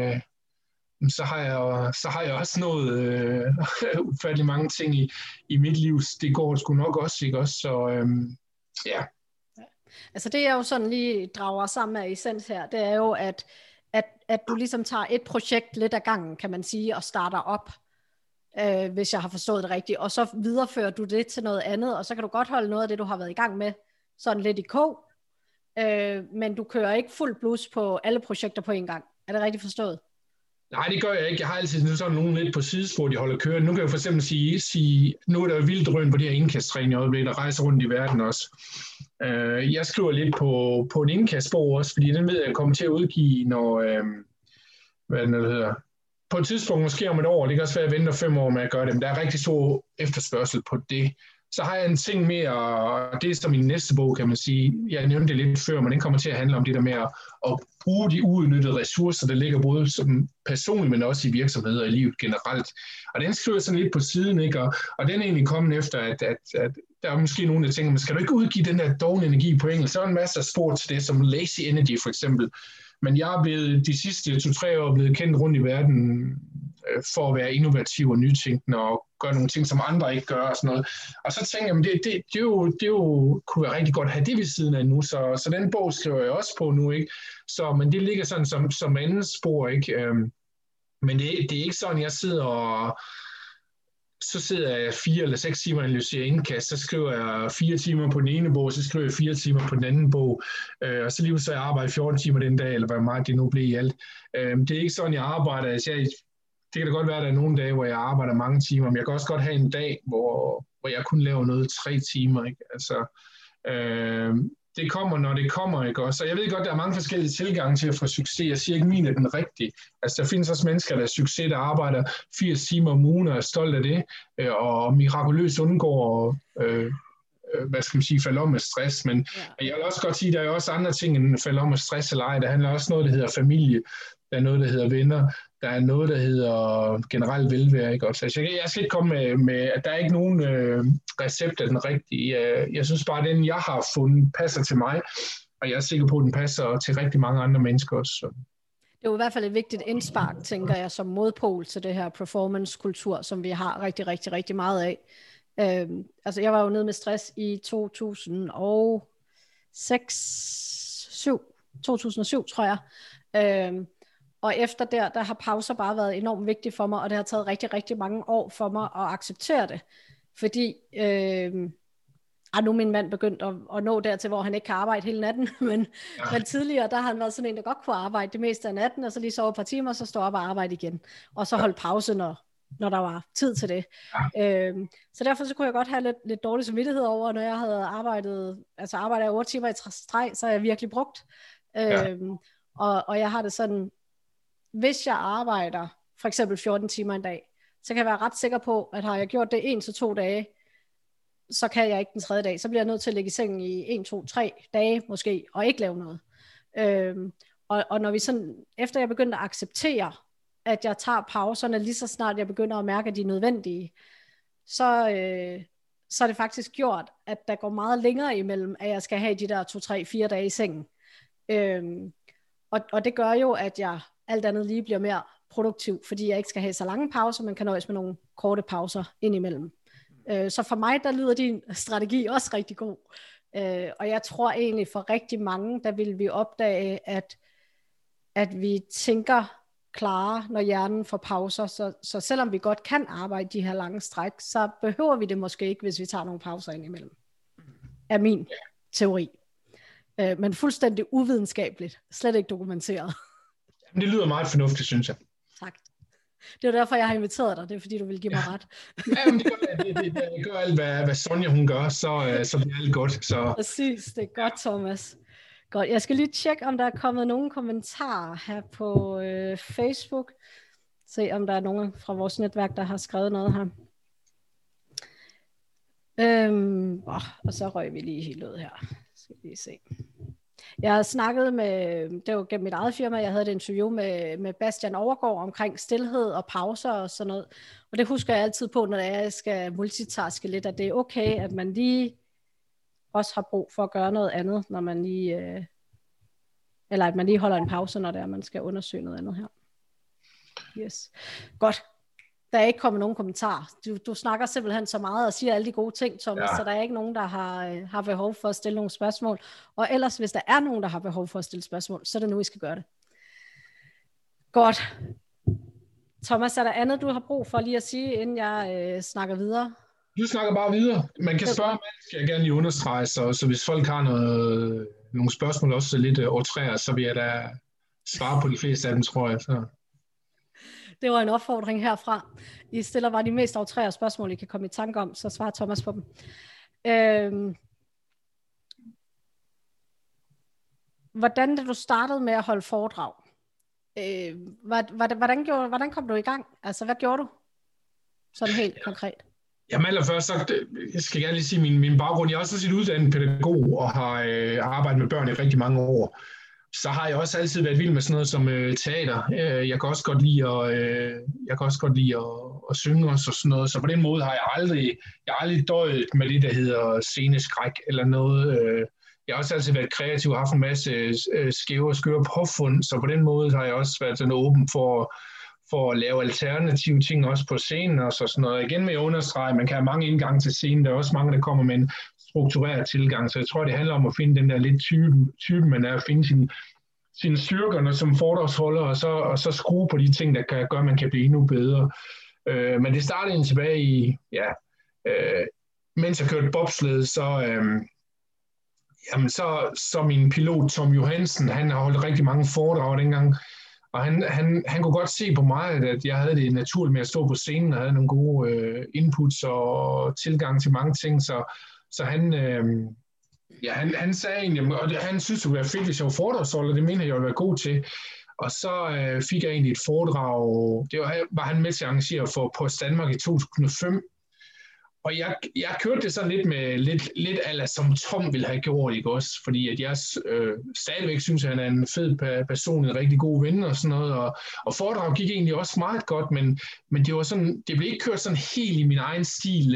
så har jeg også nået ufattelig mange ting i mit liv. Det går sgu nok også, ikke også? Så ja. Altså det jeg jo sådan lige drager sammen af essens her, det er jo, at du ligesom tager et projekt lidt ad gangen, kan man sige, og starter op, hvis jeg har forstået det rigtigt, og så viderefører du det til noget andet, og så kan du godt holde noget af det, du har været i gang med, sådan lidt i kog, men du kører ikke fuld blus på alle projekter på en gang. Er det rigtigt forstået? Nej, det gør jeg ikke. Jeg har altid sådan nogen lidt på sidespor, de holder kørende. Nu kan jeg for eksempel sige nu er der jo vildt drøn på det her indkasttræning i øjeblikket, der rejser rundt i verden også. Jeg skriver lidt på en indkastbog også, fordi den ved jeg kommer til at udgive, når, hvad det hedder, på et tidspunkt måske om et år. Det kan også være, at jeg venter 5 år med at gøre det, men der er rigtig stor efterspørgsel på det. Så har jeg en ting mere, og det er så min næste bog, kan man sige. Jeg nævnte det lidt før, men den kommer til at handle om det der med at bruge de uudnyttede ressourcer, der ligger både som personligt, men også i virksomheder og i livet generelt. Og den skriver sådan lidt på siden, ikke? Og den er egentlig kommet efter, at der er måske nogen, der tænker, men skal du ikke udgive den der doven energi på engelsk? Så er en masse af spor til det, som lazy energy for eksempel. Men jeg er blevet de sidste 2-3 år blevet kendt rundt i verden for at være innovativ og nytænkende og gøre nogle ting, som andre ikke gør og sådan noget. Og så tænker jeg, det kunne være rigtig godt at have det ved siden af nu, så den bog skriver jeg også på nu, ikke? Men det ligger sådan som anden spor, ikke? Men det er ikke sådan, jeg sidder jeg 4 eller 6 timer og analyserer indkast, så skriver jeg 4 timer på den ene bog, så skriver jeg 4 timer på den anden bog, og så lige så jeg arbejder 14 timer den dag, eller hvad meget det nu bliver i alt. Det er ikke sådan, jeg arbejder. Altså, det kan da godt være, at der er nogle dage, hvor jeg arbejder mange timer, men jeg kan også godt have en dag, hvor jeg kun laver noget 3 timer. Ikke? Altså, det kommer, når det kommer, ikke også? Så jeg ved godt, der er mange forskellige tilgange til at få succes. Jeg siger ikke, min er den rigtige. Altså, der findes også mennesker, der er succes, der arbejder 80 timer om ugen og er stolt af det, og mirakuløst undgår hvad skal man sige, falde om med stress, men jeg vil også godt sige, at der er også andre ting end falde om med stress eller ej. Der handler også noget, der hedder familie, der er noget, der hedder venner, der er noget, der hedder generelt velvære, ikke også? Altså, jeg skal ikke komme med, at der er ikke nogen recept af den rigtige. Jeg synes bare, at den, jeg har fundet, passer til mig, og jeg er sikker på, at den passer til rigtig mange andre mennesker også. Så. Det er jo i hvert fald et vigtigt indspark, tænker jeg, som modpol til det her performance-kultur, som vi har rigtig, rigtig, rigtig meget af. Altså jeg var jo nede med stress i 2007, tror jeg. Og efter der har pauser bare været enormt vigtige for mig, og det har taget rigtig, rigtig mange år for mig at acceptere det. Fordi nu er min mand begyndt at nå dertil, hvor han ikke kan arbejde hele natten, men tidligere, der har han været sådan en, der godt kunne arbejde det meste af natten, og så lige sove et par timer, og så stå op og arbejde igen. Og så holde pause, når der var tid til det. Så derfor så kunne jeg godt have lidt dårlig samvittighed over, når jeg havde arbejdet 8 timer i streg, så har jeg virkelig brugt. Og jeg har det sådan, hvis jeg arbejder for eksempel 14 timer en dag, så kan jeg være ret sikker på, at har jeg gjort det 1 til 2 dage, så kan jeg ikke den 3. dag. Så bliver jeg nødt til at ligge i sengen i 1, 2, 3 dage måske, og ikke lave noget. Og når vi sådan, efter jeg begyndte at acceptere, at jeg tager pauserne lige så snart jeg begynder at mærke, at de er nødvendige, så er det faktisk gjort, at der går meget længere imellem, at jeg skal have de der 2, 3, 4 dage i sengen. Og det gør jo, at jeg alt andet lige bliver mere produktiv, fordi jeg ikke skal have så lange pauser, men kan nøjes med nogle korte pauser indimellem. Så for mig, der lyder din strategi også rigtig god. Og jeg tror egentlig for rigtig mange, der vil vi opdage, at vi tænker klare, når hjernen får pauser. Så selvom vi godt kan arbejde de her lange stræk, så behøver vi det måske ikke, hvis vi tager nogle pauser indimellem. Er min teori. Men fuldstændig uvidenskabeligt. Slet ikke dokumenteret. Det lyder meget fornuftigt, synes jeg. Tak. Det er derfor, jeg har inviteret dig. Det er fordi, du vil give mig ret. Jamen, det gør alt, hvad Sonja hun gør, så bliver alt godt. Så. Præcis, det er godt, Thomas. Godt. Jeg skal lige tjekke, om der er kommet nogle kommentarer her på Facebook. Se, om der er nogen fra vores netværk, der har skrevet noget her. Og så røg vi lige helt ud her. Skal vi se. Jeg har snakket med, det var gennem mit eget firma, jeg havde et interview med Bastian Overgaard omkring stilhed og pauser og sådan noget. Og det husker jeg altid på, når jeg skal multitaske lidt, at det er okay, at man lige også har brug for at gøre noget andet, når man lige, eller at man lige holder en pause, når det er, man skal undersøge noget andet her. Yes. Godt. Der er ikke kommet nogen kommentarer. Du snakker simpelthen så meget og siger alle de gode ting, Thomas, så der er ikke nogen, der har behov for at stille nogle spørgsmål. Og ellers, hvis der er nogen, der har behov for at stille spørgsmål, så er det nu, I skal gøre det. Godt. Thomas, er der andet, du har brug for lige at sige, inden jeg snakker videre? Du snakker bare videre. Man kan spørge mig, skal jeg gerne lige understrege, så hvis folk har nogle spørgsmål også lidt outreret, så vil jeg da svare på de fleste af dem, tror jeg. Så. Det var en opfordring herfra. I stiller bare de mest outrerede spørgsmål, I kan komme i tanke om, så svarer Thomas på dem. Hvordan da du startede med at holde foredrag, hvordan kom du i gang? Altså, hvad gjorde du? Sådan helt konkret. Jamen allerførst, jeg skal gerne lige sige min baggrund. Jeg er også uddannet pædagog og har arbejdet med børn i rigtig mange år. Så har jeg også altid været vild med sådan noget som teater. Jeg kan også godt lide at synge og sådan noget. Så på den måde har jeg aldrig døjet med det, der hedder sceneskræk eller noget. Jeg har også altid været kreativ og haft en masse skæve og skøre påfund. Så på den måde har jeg også været sådan åben for at lave alternative ting også på scenen og sådan noget. Igen med at understrege, man kan have mange indgange til scenen. Der er også mange, der kommer med en struktureret tilgang. Så jeg tror, det handler om at finde den der lidt typen, man er, at finde sine styrker som foredragsholder, og så skrue på de ting, der kan gøre, at man kan blive endnu bedre. Men det startede tilbage i, mens jeg kørte bobsled, så min pilot Tom Johansen, han har holdt rigtig mange foredrag dengang, og han kunne godt se på mig, at jeg havde det naturligt med at stå på scenen, og havde nogle gode inputs og tilgang til mange ting, så Ja, han sagde egentlig, og han synes, det ville være fedt, hvis jeg var foredragsholder, det mener jeg, jeg ville være god til. Og så fik jeg egentlig et foredrag, det var han med til at arrangere for Post Danmark i 2005. Og jeg kørte det sådan lidt med lidt ala, som Tom ville have gjort, ikke også? Fordi at jeg stadigvæk synes, at han er en fed person, en rigtig god ven og sådan noget. Og foredrag gik egentlig også meget godt, men det var sådan, det blev ikke kørt sådan helt i min egen stil.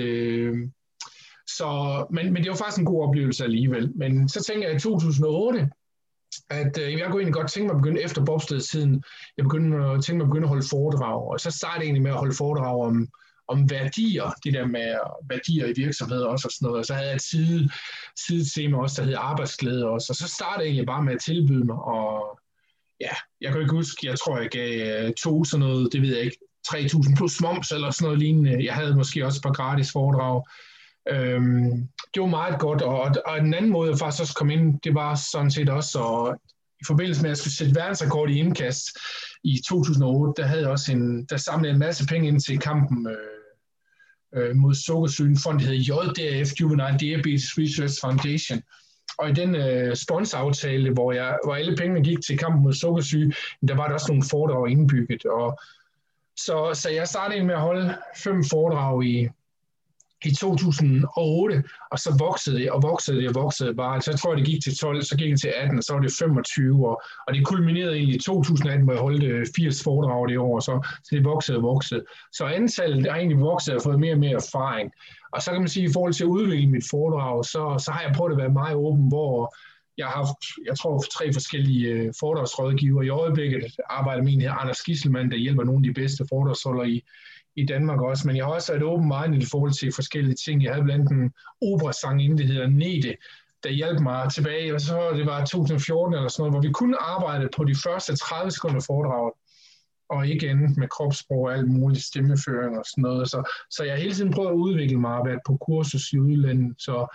Men det var faktisk en god oplevelse alligevel. Men så tænker jeg i 2008, at jeg kunne egentlig godt tænke mig at begynde efter Bobsted-tiden. Jeg begyndte at holde foredrag, og så startede jeg egentlig med at holde foredrag om værdier, det der med værdier i virksomheder også og sådan noget. Og så havde jeg et sidetema også, der hed arbejdsglæde også. Og så startede jeg egentlig bare med at tilbyde mig, og ja, jeg kan ikke huske, jeg tror, jeg gav sådan noget, det ved jeg ikke, 3.000 plus moms eller sådan noget lignende. Jeg havde måske også et par gratis foredrag. Det var meget godt, og den anden måde, jeg faktisk også kom ind, det var sådan set også, og i forbindelse med, at jeg skulle sætte verdensrekord i indkast i 2008, der samlede jeg en masse penge ind til kampen mod sukkersyge. En fond, der hedder JDF, Juvenile Diabetes Research Foundation. Og i den sponsoraftale, hvor alle pengene gik til kampen mod sukkersyge, der var der også nogle foredrag indbygget. Og så jeg startede med at holde 5 foredrag i 2008, og så voksede det bare. Altså jeg tror, det gik til 12, så gik det til 18, og så var det 25, og det kulminerede egentlig i 2018, hvor jeg holdt 80 foredrag det år, så det voksede. Så antallet er egentlig vokset og fået mere og mere erfaring. Og så kan man sige, at i forhold til at udvikle mit foredrag, så har jeg prøvet at være meget åben, hvor jeg har haft, jeg tror, 3 forskellige foredragsrådgiver. I øjeblikket arbejder med en her, Anders Gisselmann, der hjælper nogle af de bedste foredragsholdere i Danmark også, men jeg har også været åben meget i forhold til forskellige ting. Jeg havde blandt en operasangerinde, der hedder Nete, der hjalp mig tilbage, og så det var 2014 eller sådan noget, hvor vi kun arbejdede på de første 30 sekunder foredraget, og ikke endte med kropssprog og alt muligt, stemmeføring og sådan noget. Så jeg har hele tiden prøvet at udvikle mig og været på kursus i udlandet.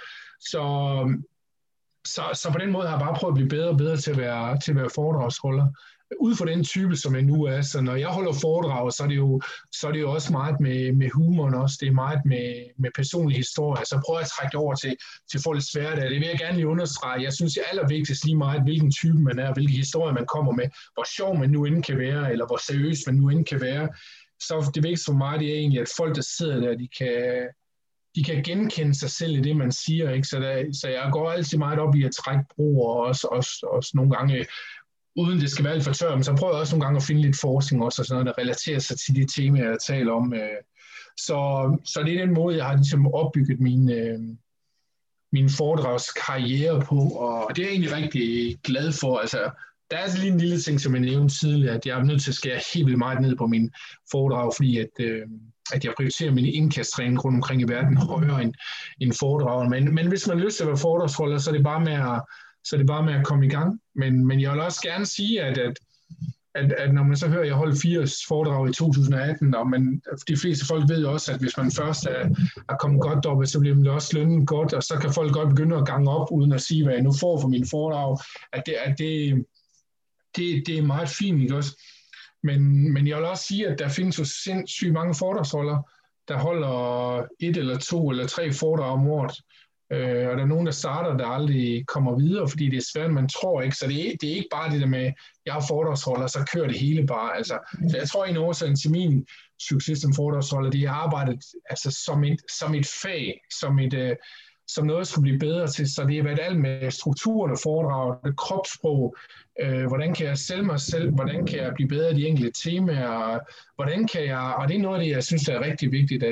Så på den måde har jeg bare prøvet at blive bedre og bedre til at være foredragsholder. Ud fra den type, som jeg nu er, så når jeg holder foredrag, så er det jo også meget med humoren også. Det er meget med personlig historie. Så prøver jeg at trække det over til folks hverdag. Det vil jeg gerne lige understrege. Jeg synes, det er allervigtigst lige meget, hvilken type man er, hvilke historier man kommer med, hvor sjov man nu end kan være, eller hvor seriøs man nu end kan være. Så det vigtigste for mig, det er egentlig, at folk, der sidder der, de kan genkende sig selv i det, man siger. Ikke? Så jeg går altid meget op i at trække broer, og også nogle gange, uden det skal være lidt for tør, men så prøver jeg også nogle gange at finde lidt forskning også, og sådan noget, der relaterer sig til de temaer, jeg taler om. Så det er den måde, jeg har ligesom opbygget min foredragskarriere på, og det er jeg egentlig rigtig glad for. Altså, der er altså lige en lille ting, som jeg nævnte tidligere, at jeg er nødt til at skære helt vildt meget ned på min foredrag, fordi at jeg prioriterer min indkasttræning rundt omkring i verden højere end foredrag. Men hvis man har lyst til at være foredragsholder, så er det bare med at komme i gang. Men jeg vil også gerne sige, at når man så hører, at jeg holdt 80 foredrag i 2018, og de fleste folk ved også, at hvis man først er kommet godt op, så bliver man også lønnet godt, og så kan folk godt begynde at gange op, uden at sige, hvad jeg nu får for mine foredrag, at det er meget fint, ikke også? Men jeg vil også sige, at der findes jo sindssygt mange foredragsholdere, der holder 1 eller 2 eller 3 foredrag om året. Og der er nogen, der starter, der aldrig kommer videre, fordi det er svært, man tror ikke. Så det er ikke bare det der med, jeg er foredragsholder, så kører det hele bare. Altså, så jeg tror, en årsag til min succes som foredragsholder, det er arbejdet altså, som et fag, som noget, der skulle blive bedre til. Så det har været alt med strukturen af foredraget, kropssprog, hvordan kan jeg sælge mig selv, hvordan kan jeg blive bedre i de enkelte temaer, hvordan kan jeg, og det er noget af det, jeg synes, er rigtig vigtigt,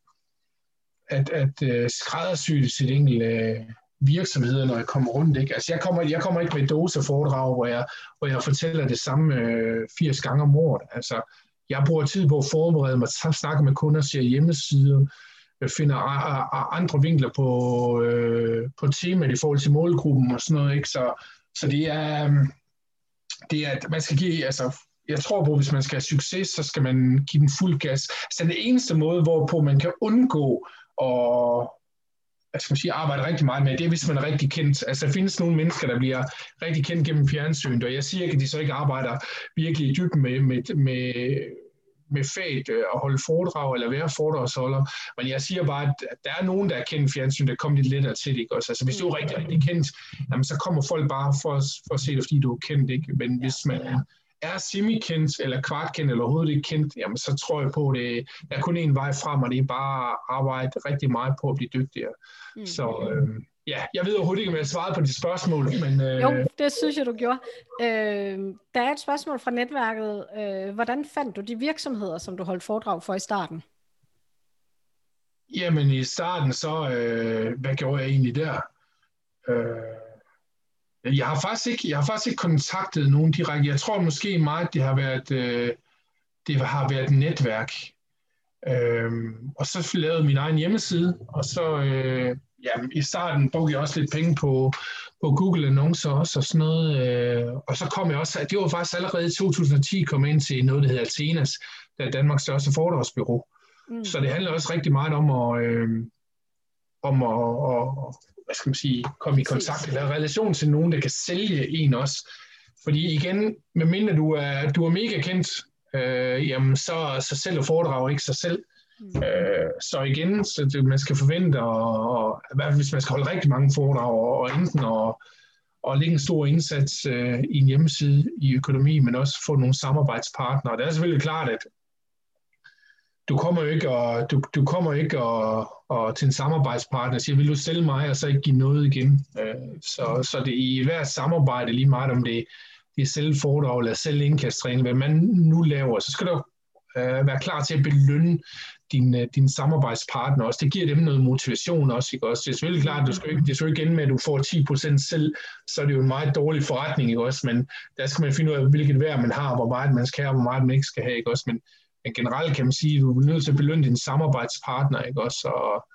at skræddersy sit enkelte virksomheder, når jeg kommer rundt. Ikke? Altså, jeg kommer ikke med doseforedrag, hvor jeg fortæller det samme 80 gange om året. Altså, jeg bruger tid på at forberede mig, snakke med kunder, ser hjemmesider, finder andre vinkler på temaet i forhold til målgruppen og sådan noget. Ikke? Så det er, at man skal give, altså, jeg tror på, at hvis man skal have succes, så skal man give den fuld gas. Så den eneste måde, hvorpå man kan undgå at arbejde rigtig meget med, det er, hvis man er rigtig kendt. Altså, der findes nogle mennesker, der bliver rigtig kendt gennem fjernsynet, og jeg siger ikke, at de så ikke arbejder virkelig i dybden med faget at holde foredrag eller være foredragsholder. Men jeg siger bare, at der er nogen, der er kendt fjernsyn, der kommer lidt lettere til det, ikke også? Altså hvis du er rigtig, rigtig kendt, jamen, så kommer folk bare for at se det, fordi du er kendt, ikke? Men hvis man er semi-kendt eller kvartkendt eller overhovedet ikke kendt, jamen så tror jeg på, at der er kun én vej frem, og det er bare at arbejde rigtig meget på at blive dygtigere. Så jeg ved overhovedet ikke, om jeg svarede på de spørgsmål, men... Jo, det synes jeg, du gjorde. Der er et spørgsmål fra netværket. Hvordan fandt du de virksomheder, som du holdt foredrag for i starten? Jamen i starten så, hvad gjorde jeg egentlig der? Jeg har faktisk ikke kontaktet nogen direkte. Jeg tror måske meget, det har været et netværk. Og så lavede min egen hjemmeside, og så i starten brugte jeg også lidt penge på Google annoncer også og sådan noget. Og så kom jeg også, det var faktisk allerede i 2010 kom ind til noget, der hedder Athenas, der er Danmarks største foredragsbureau. Så det handler også rigtig meget om at hvad skal man sige, komme i kontakt eller relation til nogen, der kan sælge en også. Fordi igen, medmindre du er mega kendt, jamen så sælger foredrag ikke sig selv. Så igen, man skal forvente, hvis man skal holde rigtig mange foredrag, og enten at lægge en stor indsats i en hjemmeside i økonomi, men også få nogle samarbejdspartnere. Det er selvfølgelig klart, at du kommer ikke til en samarbejdspartner og siger, vil du sælge mig, og så ikke give noget igen. Så det er i hvert samarbejde, lige meget om det er sælge foredrag eller sælge indkasttræning, hvad man nu laver, så skal du være klar til at belønne din samarbejdspartner også. Det giver dem noget motivation også, ikke også? Det er selvfølgelig klart, at det skal ikke ende med, at du får 10% selv, så er det jo en meget dårlig forretning, ikke også? Men der skal man finde ud af, hvilket værd man har, hvor meget man skal have, og hvor meget man ikke skal have, ikke også? Men generelt kan man sige, at du er nødt til at belønne din samarbejdspartner, ikke også?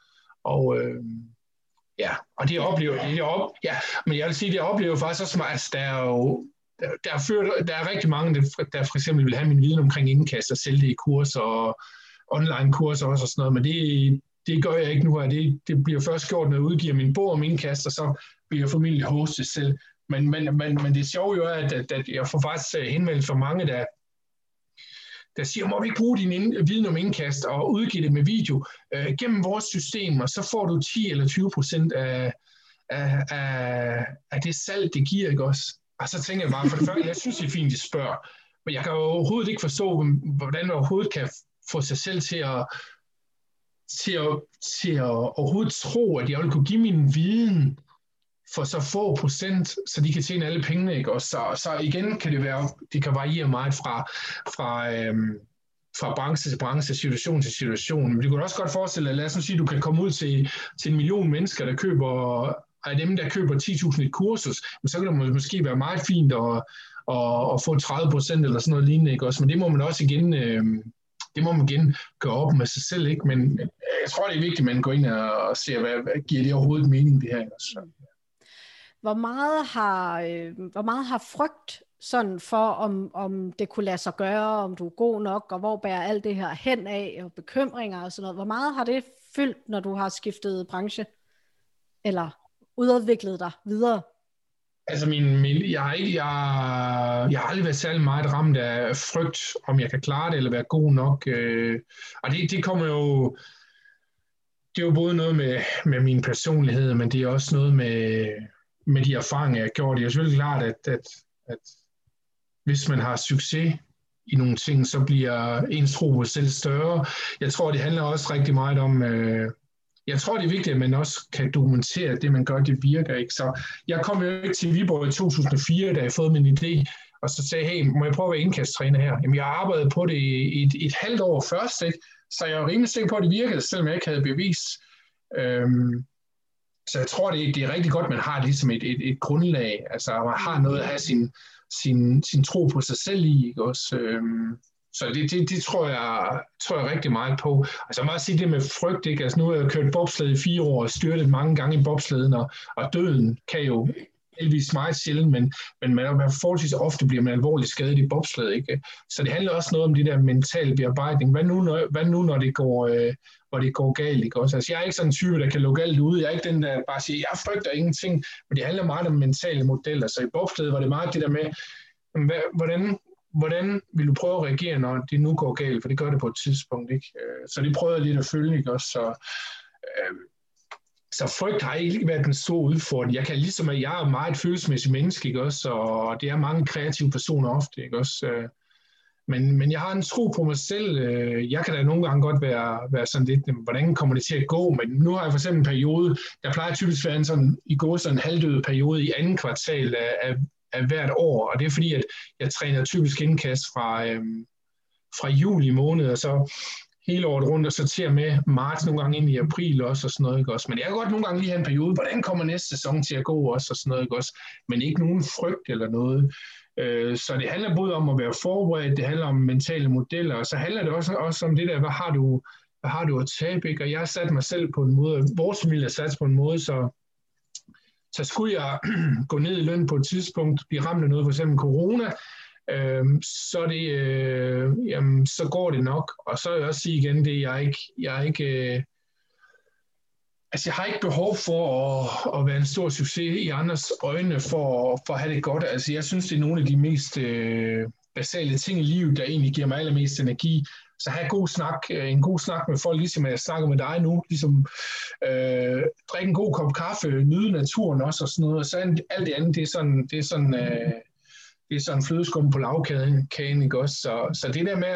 Og det oplever men jeg vil sige, det oplever faktisk også, at der er rigtig mange, der for eksempel vil have min viden omkring indkast og sælge det i kurser og online kurser også og sådan noget, men det gør jeg ikke nu her. Det bliver først gjort, når jeg udgiver min bog om indkast, og så bliver jeg formentlig hostet selv. Men det sjove jo er, at jeg får faktisk henvendt for mange, der siger, må vi ikke bruge din viden om indkast og udgive det med video gennem vores system, og så får du 10 eller 20% af det salg, det giver, ikke også? Og så tænker jeg bare, for det første, jeg synes, det er fint, de spørger, men jeg kan jo overhovedet ikke forstå, hvordan man overhovedet kan få sig selv til at overhovedet tro, at jeg vil kunne give min viden for så få procent, så de kan tjene alle pengene, ikke? Og så igen kan det kan variere meget fra branche til branche, situation til situation. Men du kan også godt forestille dig, lad os nu sige, at du kan komme ud til 1 million mennesker, der køber, af dem, der køber 10.000 et kursus, men så kan det måske være meget fint at få 30% eller sådan noget lignende, ikke også? Men det må man også igen gøre op med sig selv, ikke? Men jeg tror, det er vigtigt, at man går ind og ser, hvad giver det overhovedet mening, det her, ikke også? Hvor meget har frygt sådan for, om det kunne lade sig gøre, om du er god nok, og hvor bærer alt det her hen af, og bekymringer og sådan noget. Hvor meget har det fyldt, når du har skiftet branche, eller udviklet dig videre? Altså jeg har aldrig været særlig meget ramt af frygt, om jeg kan klare det, eller være god nok. Og det kommer jo, det er jo både noget med min personlighed, men det er også noget med de erfaringer, jeg har gjort. Det er selvfølgelig klart, at hvis man har succes i nogle ting, så bliver ens tro på sig selv større. Jeg tror, det handler også rigtig meget om, jeg tror, det er vigtigt, at man også kan dokumentere, at det, man gør, det virker, ikke? Så jeg kom jo ikke til Viborg i 2004, da jeg fået min idé, og så sagde, hey, må jeg prøve at være indkasttræner her? Jamen, jeg arbejdede på det i et halvt år først, ikke? Så jeg var rimelig sikker på, at det virkede, selvom jeg ikke havde bevis. Så jeg tror, det er rigtig godt, at man har ligesom et grundlag, altså man har noget at have sin tro på sig selv i, ikke også? Så det tror jeg rigtig meget på. Altså jeg må også sige det med frygt, ikke? Altså nu har jeg kørt bobsled i 4 år og styrtet mange gange i bobsleden, og døden kan jo heldigvis meget sjældent, men man forholdsvis ofte bliver man alvorligt skadet i bobsled, ikke? Så det handler også noget om det der mentale bearbejdning. Hvad nu når det går galt, ikke også? Altså jeg er ikke sådan en type, der kan lukke alt ud. Jeg er ikke den, der bare siger, jeg frygter ingenting, men det handler meget om mentale modeller. Så i bobsled var det meget det der med, hvordan vil du prøve at reagere, når det nu går galt, for det gør det på et tidspunkt, ikke? Så det prøver jeg lidt at følge, ikke også? Så frygt har ikke været den store udfordring. Jeg kan ligesom, at jeg er meget følelsesmæssig menneske, ikke også? Og det er mange kreative personer ofte, ikke også? Men jeg har en tro på mig selv. Jeg kan da nogle gange godt være sådan lidt, hvordan kommer det til at gå? Men nu har jeg for eksempel en periode, der plejer typisk at være sådan en halvdød periode i anden kvartal af hvert år. Og det er fordi, at jeg træner typisk indkast fra juli måned, og så hele året rundt, og så til og med marts, nogle gange ind i april også, og sådan noget, ikke også? Men jeg kan godt nogle gange lige have en periode, hvordan kommer næste sæson til at gå også, og sådan noget, ikke også? Men ikke nogen frygt eller noget. Så det handler både om at være forberedt, det handler om mentale modeller, og så handler det også om det der, hvad har du at tabe, ikke? Og jeg har sat mig selv på en måde, vores familie har sat på en måde, så skulle jeg gå ned i løn på et tidspunkt, blive ramt af noget, for eksempel corona, så går det nok. Og så vil jeg også sige igen, det jeg har ikke behov for at være en stor succes i andres øjne for at have det godt. Altså jeg synes, det er nogle af de mest basale ting i livet, der egentlig giver mig allermest energi. Så have en god snak med folk, ligesom jeg snakker med dig nu, ligesom drikke en god kop kaffe, nyde naturen også og sådan noget. Og så alt det andet, det er sådan flødeskum på lavkagen, ikke også? Så det der med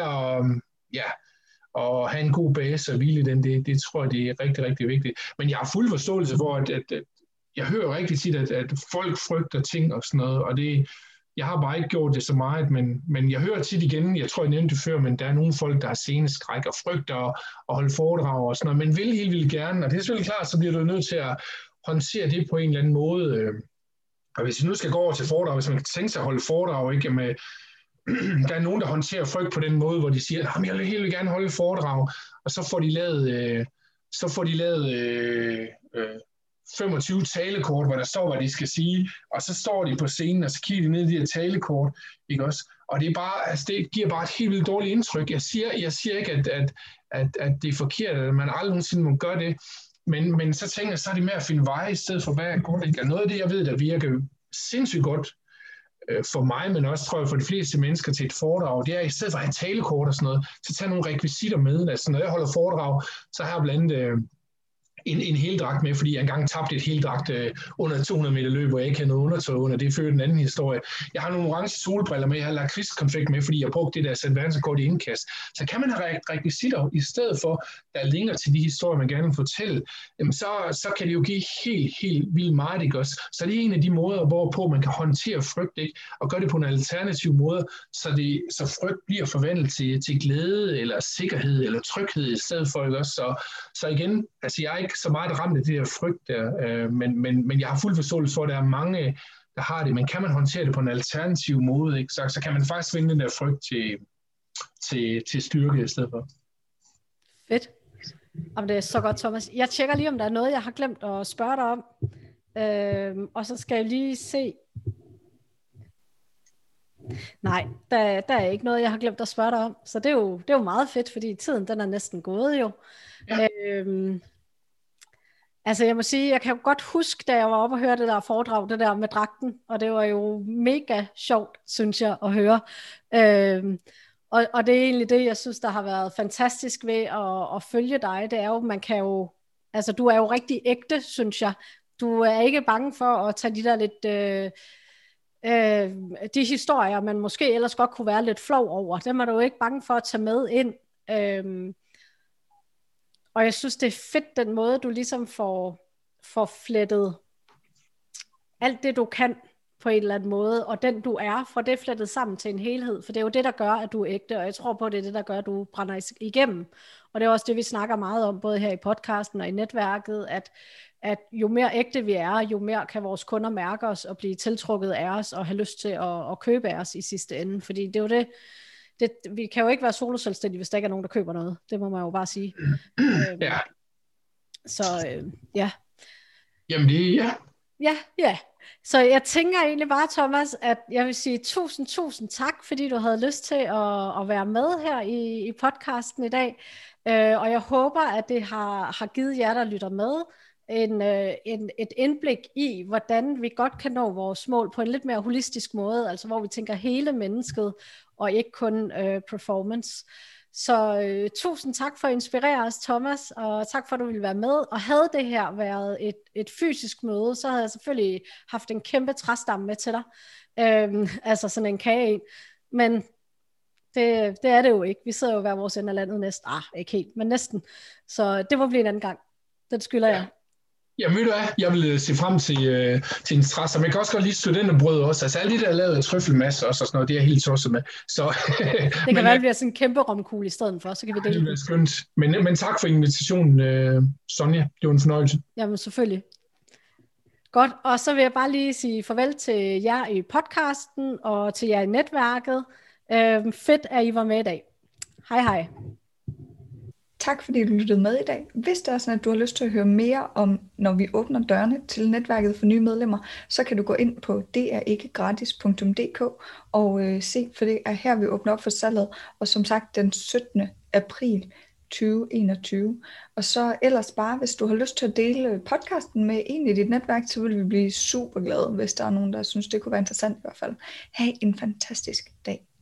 at have en god base og hvile den, det tror jeg, det er rigtig, rigtig vigtigt. Men jeg har fuld forståelse for, at jeg hører rigtig tit, at folk frygter ting og sådan noget, og jeg har bare ikke gjort det så meget, men jeg hører tit igen, jeg tror, jeg nævnte det før, men der er nogle folk, der har sceneskræk og frygter at holde foredrag og sådan noget, men vil helt vildt gerne, og det er selvfølgelig klart, så bliver du nødt til at håndtere det på en eller anden måde. Og hvis vi nu skal gå over til foredrag, hvis man kan tænke sig at holde foredrag, ikke, med, der er nogen, der håndterer frygt på den måde, hvor de siger, at jeg vil helt gerne holde foredrag, og så får de lavet 25 talekort, hvor der står, hvad de skal sige, og så står de på scenen, og så kigger de ned i de her talekort, ikke også? Og det er bare, altså det giver bare et helt vildt dårligt indtryk. Jeg siger ikke, at det er forkert, at man aldrig nogensinde må gøre det, men så tænker jeg, så er det med at finde veje i stedet for, hvad er godt, ikke? Og noget af det, jeg ved, der virker sindssygt godt for mig, men også tror jeg for de fleste mennesker til et foredrag, det er i stedet for at have talekort og sådan noget, så tage nogle rekvisitter med. Altså når jeg holder foredrag, så har jeg blandt andet en heldragt med, fordi jeg engang tabte et heldragt under 200 meter løb, hvor jeg ikke havde noget undertøj under. Det fører en anden historie. Jeg har nogle orange solbriller med, jeg har lagt lakridskonfekt med, fordi jeg brugte det der sat verdenskort i indkast. Så kan man have rekvisitter i stedet for, der er længere til de historier, man gerne vil fortælle, så kan det jo give helt vildt meget, ikke også? Så det er en af de måder, hvorpå man kan håndtere frygt, ikke? Og gøre det på en alternativ måde, så frygt bliver forvandlet til glæde, eller sikkerhed, eller tryghed i stedet for, ikke også? Så igen, altså jeg er ikke så meget ramt af det her frygt der, men jeg har fuld forståelse for, at der er mange, der har det, men kan man håndtere det på en alternativ måde, ikke? Så kan man faktisk vende den der frygt til styrke i stedet for. Fedt. Jamen, det er så godt, Thomas. Jeg tjekker lige, om der er noget, jeg har glemt at spørge dig om, og så skal jeg lige se. Nej, der er ikke noget, jeg har glemt at spørge dig om, så det er jo meget fedt, fordi tiden den er næsten gået jo. Ja. Altså jeg må sige, jeg kan jo godt huske, da jeg var oppe og høre det der foredrag, det der med dragten, og det var jo mega sjovt, synes jeg, at høre. Og det er egentlig det, jeg synes, der har været fantastisk ved at følge dig. Det er jo, man kan jo, altså du er jo rigtig ægte, synes jeg. Du er ikke bange for at tage de der lidt, de historier, man måske ellers godt kunne være lidt flov over. Dem er du jo ikke bange for at tage med ind. Og jeg synes, det er fedt den måde, du ligesom får flettet alt det, du kan på en eller anden måde, og den du er, får det flettet sammen til en helhed, for det er jo det, der gør, at du er ægte, og jeg tror på, det er det, der gør, at du brænder igennem. Og det er også det, vi snakker meget om, både her i podcasten og i netværket, at jo mere ægte vi er, jo mere kan vores kunder mærke os og blive tiltrukket af os og have lyst til at købe af os i sidste ende, fordi det er jo det, vi kan jo ikke være soloselvstændige, hvis der ikke er nogen, der køber noget. Det må man jo bare sige. Ja. Så ja. Jamen det Ja. Så jeg tænker egentlig bare, Thomas, at jeg vil sige tusind tak, fordi du havde lyst til at være med her i podcasten i dag. Og jeg håber, at det har givet jer, der lytter med, et indblik i, hvordan vi godt kan nå vores mål på en lidt mere holistisk måde, altså hvor vi tænker hele mennesket, og ikke kun performance. Så tusind tak for at inspirere os, Thomas, og tak for, at du ville være med. Og havde det her været et fysisk møde, så havde jeg selvfølgelig haft en kæmpe træstamme med til dig. Altså sådan en kage. Men det er det jo ikke. Vi sidder jo hver vores ende af landet næsten. Ikke helt, men næsten. Så det må blive en anden gang. Det skylder jeg. Jamen ved du hvad, jeg vil se frem til en stress, og man kan også godt lide studenterbrød også, altså alle de der lavede trøffelmasser også og sådan noget, det er jeg helt tosset med. Så, det kan være, at vi har sådan en kæmpe romkugle i stedet for, så kan vi dele. Det er skønt. Men tak for invitationen, Sonja, det var en fornøjelse. Jamen selvfølgelig. Godt, og så vil jeg bare lige sige farvel til jer i podcasten, og til jer i netværket. Fedt, at I var med i dag. Hej hej. Tak fordi du lyttede med i dag. Hvis det er sådan, at du har lyst til at høre mere om, når vi åbner dørene til netværket for nye medlemmer, så kan du gå ind på dereikkegratis.dk og se, for det er her, vi åbner op for salget, og som sagt den 17. april 2021. Og så ellers bare, hvis du har lyst til at dele podcasten med en i dit netværk, så vil vi blive super glade, hvis der er nogen, der synes, det kunne være interessant i hvert fald. Ha' en fantastisk dag.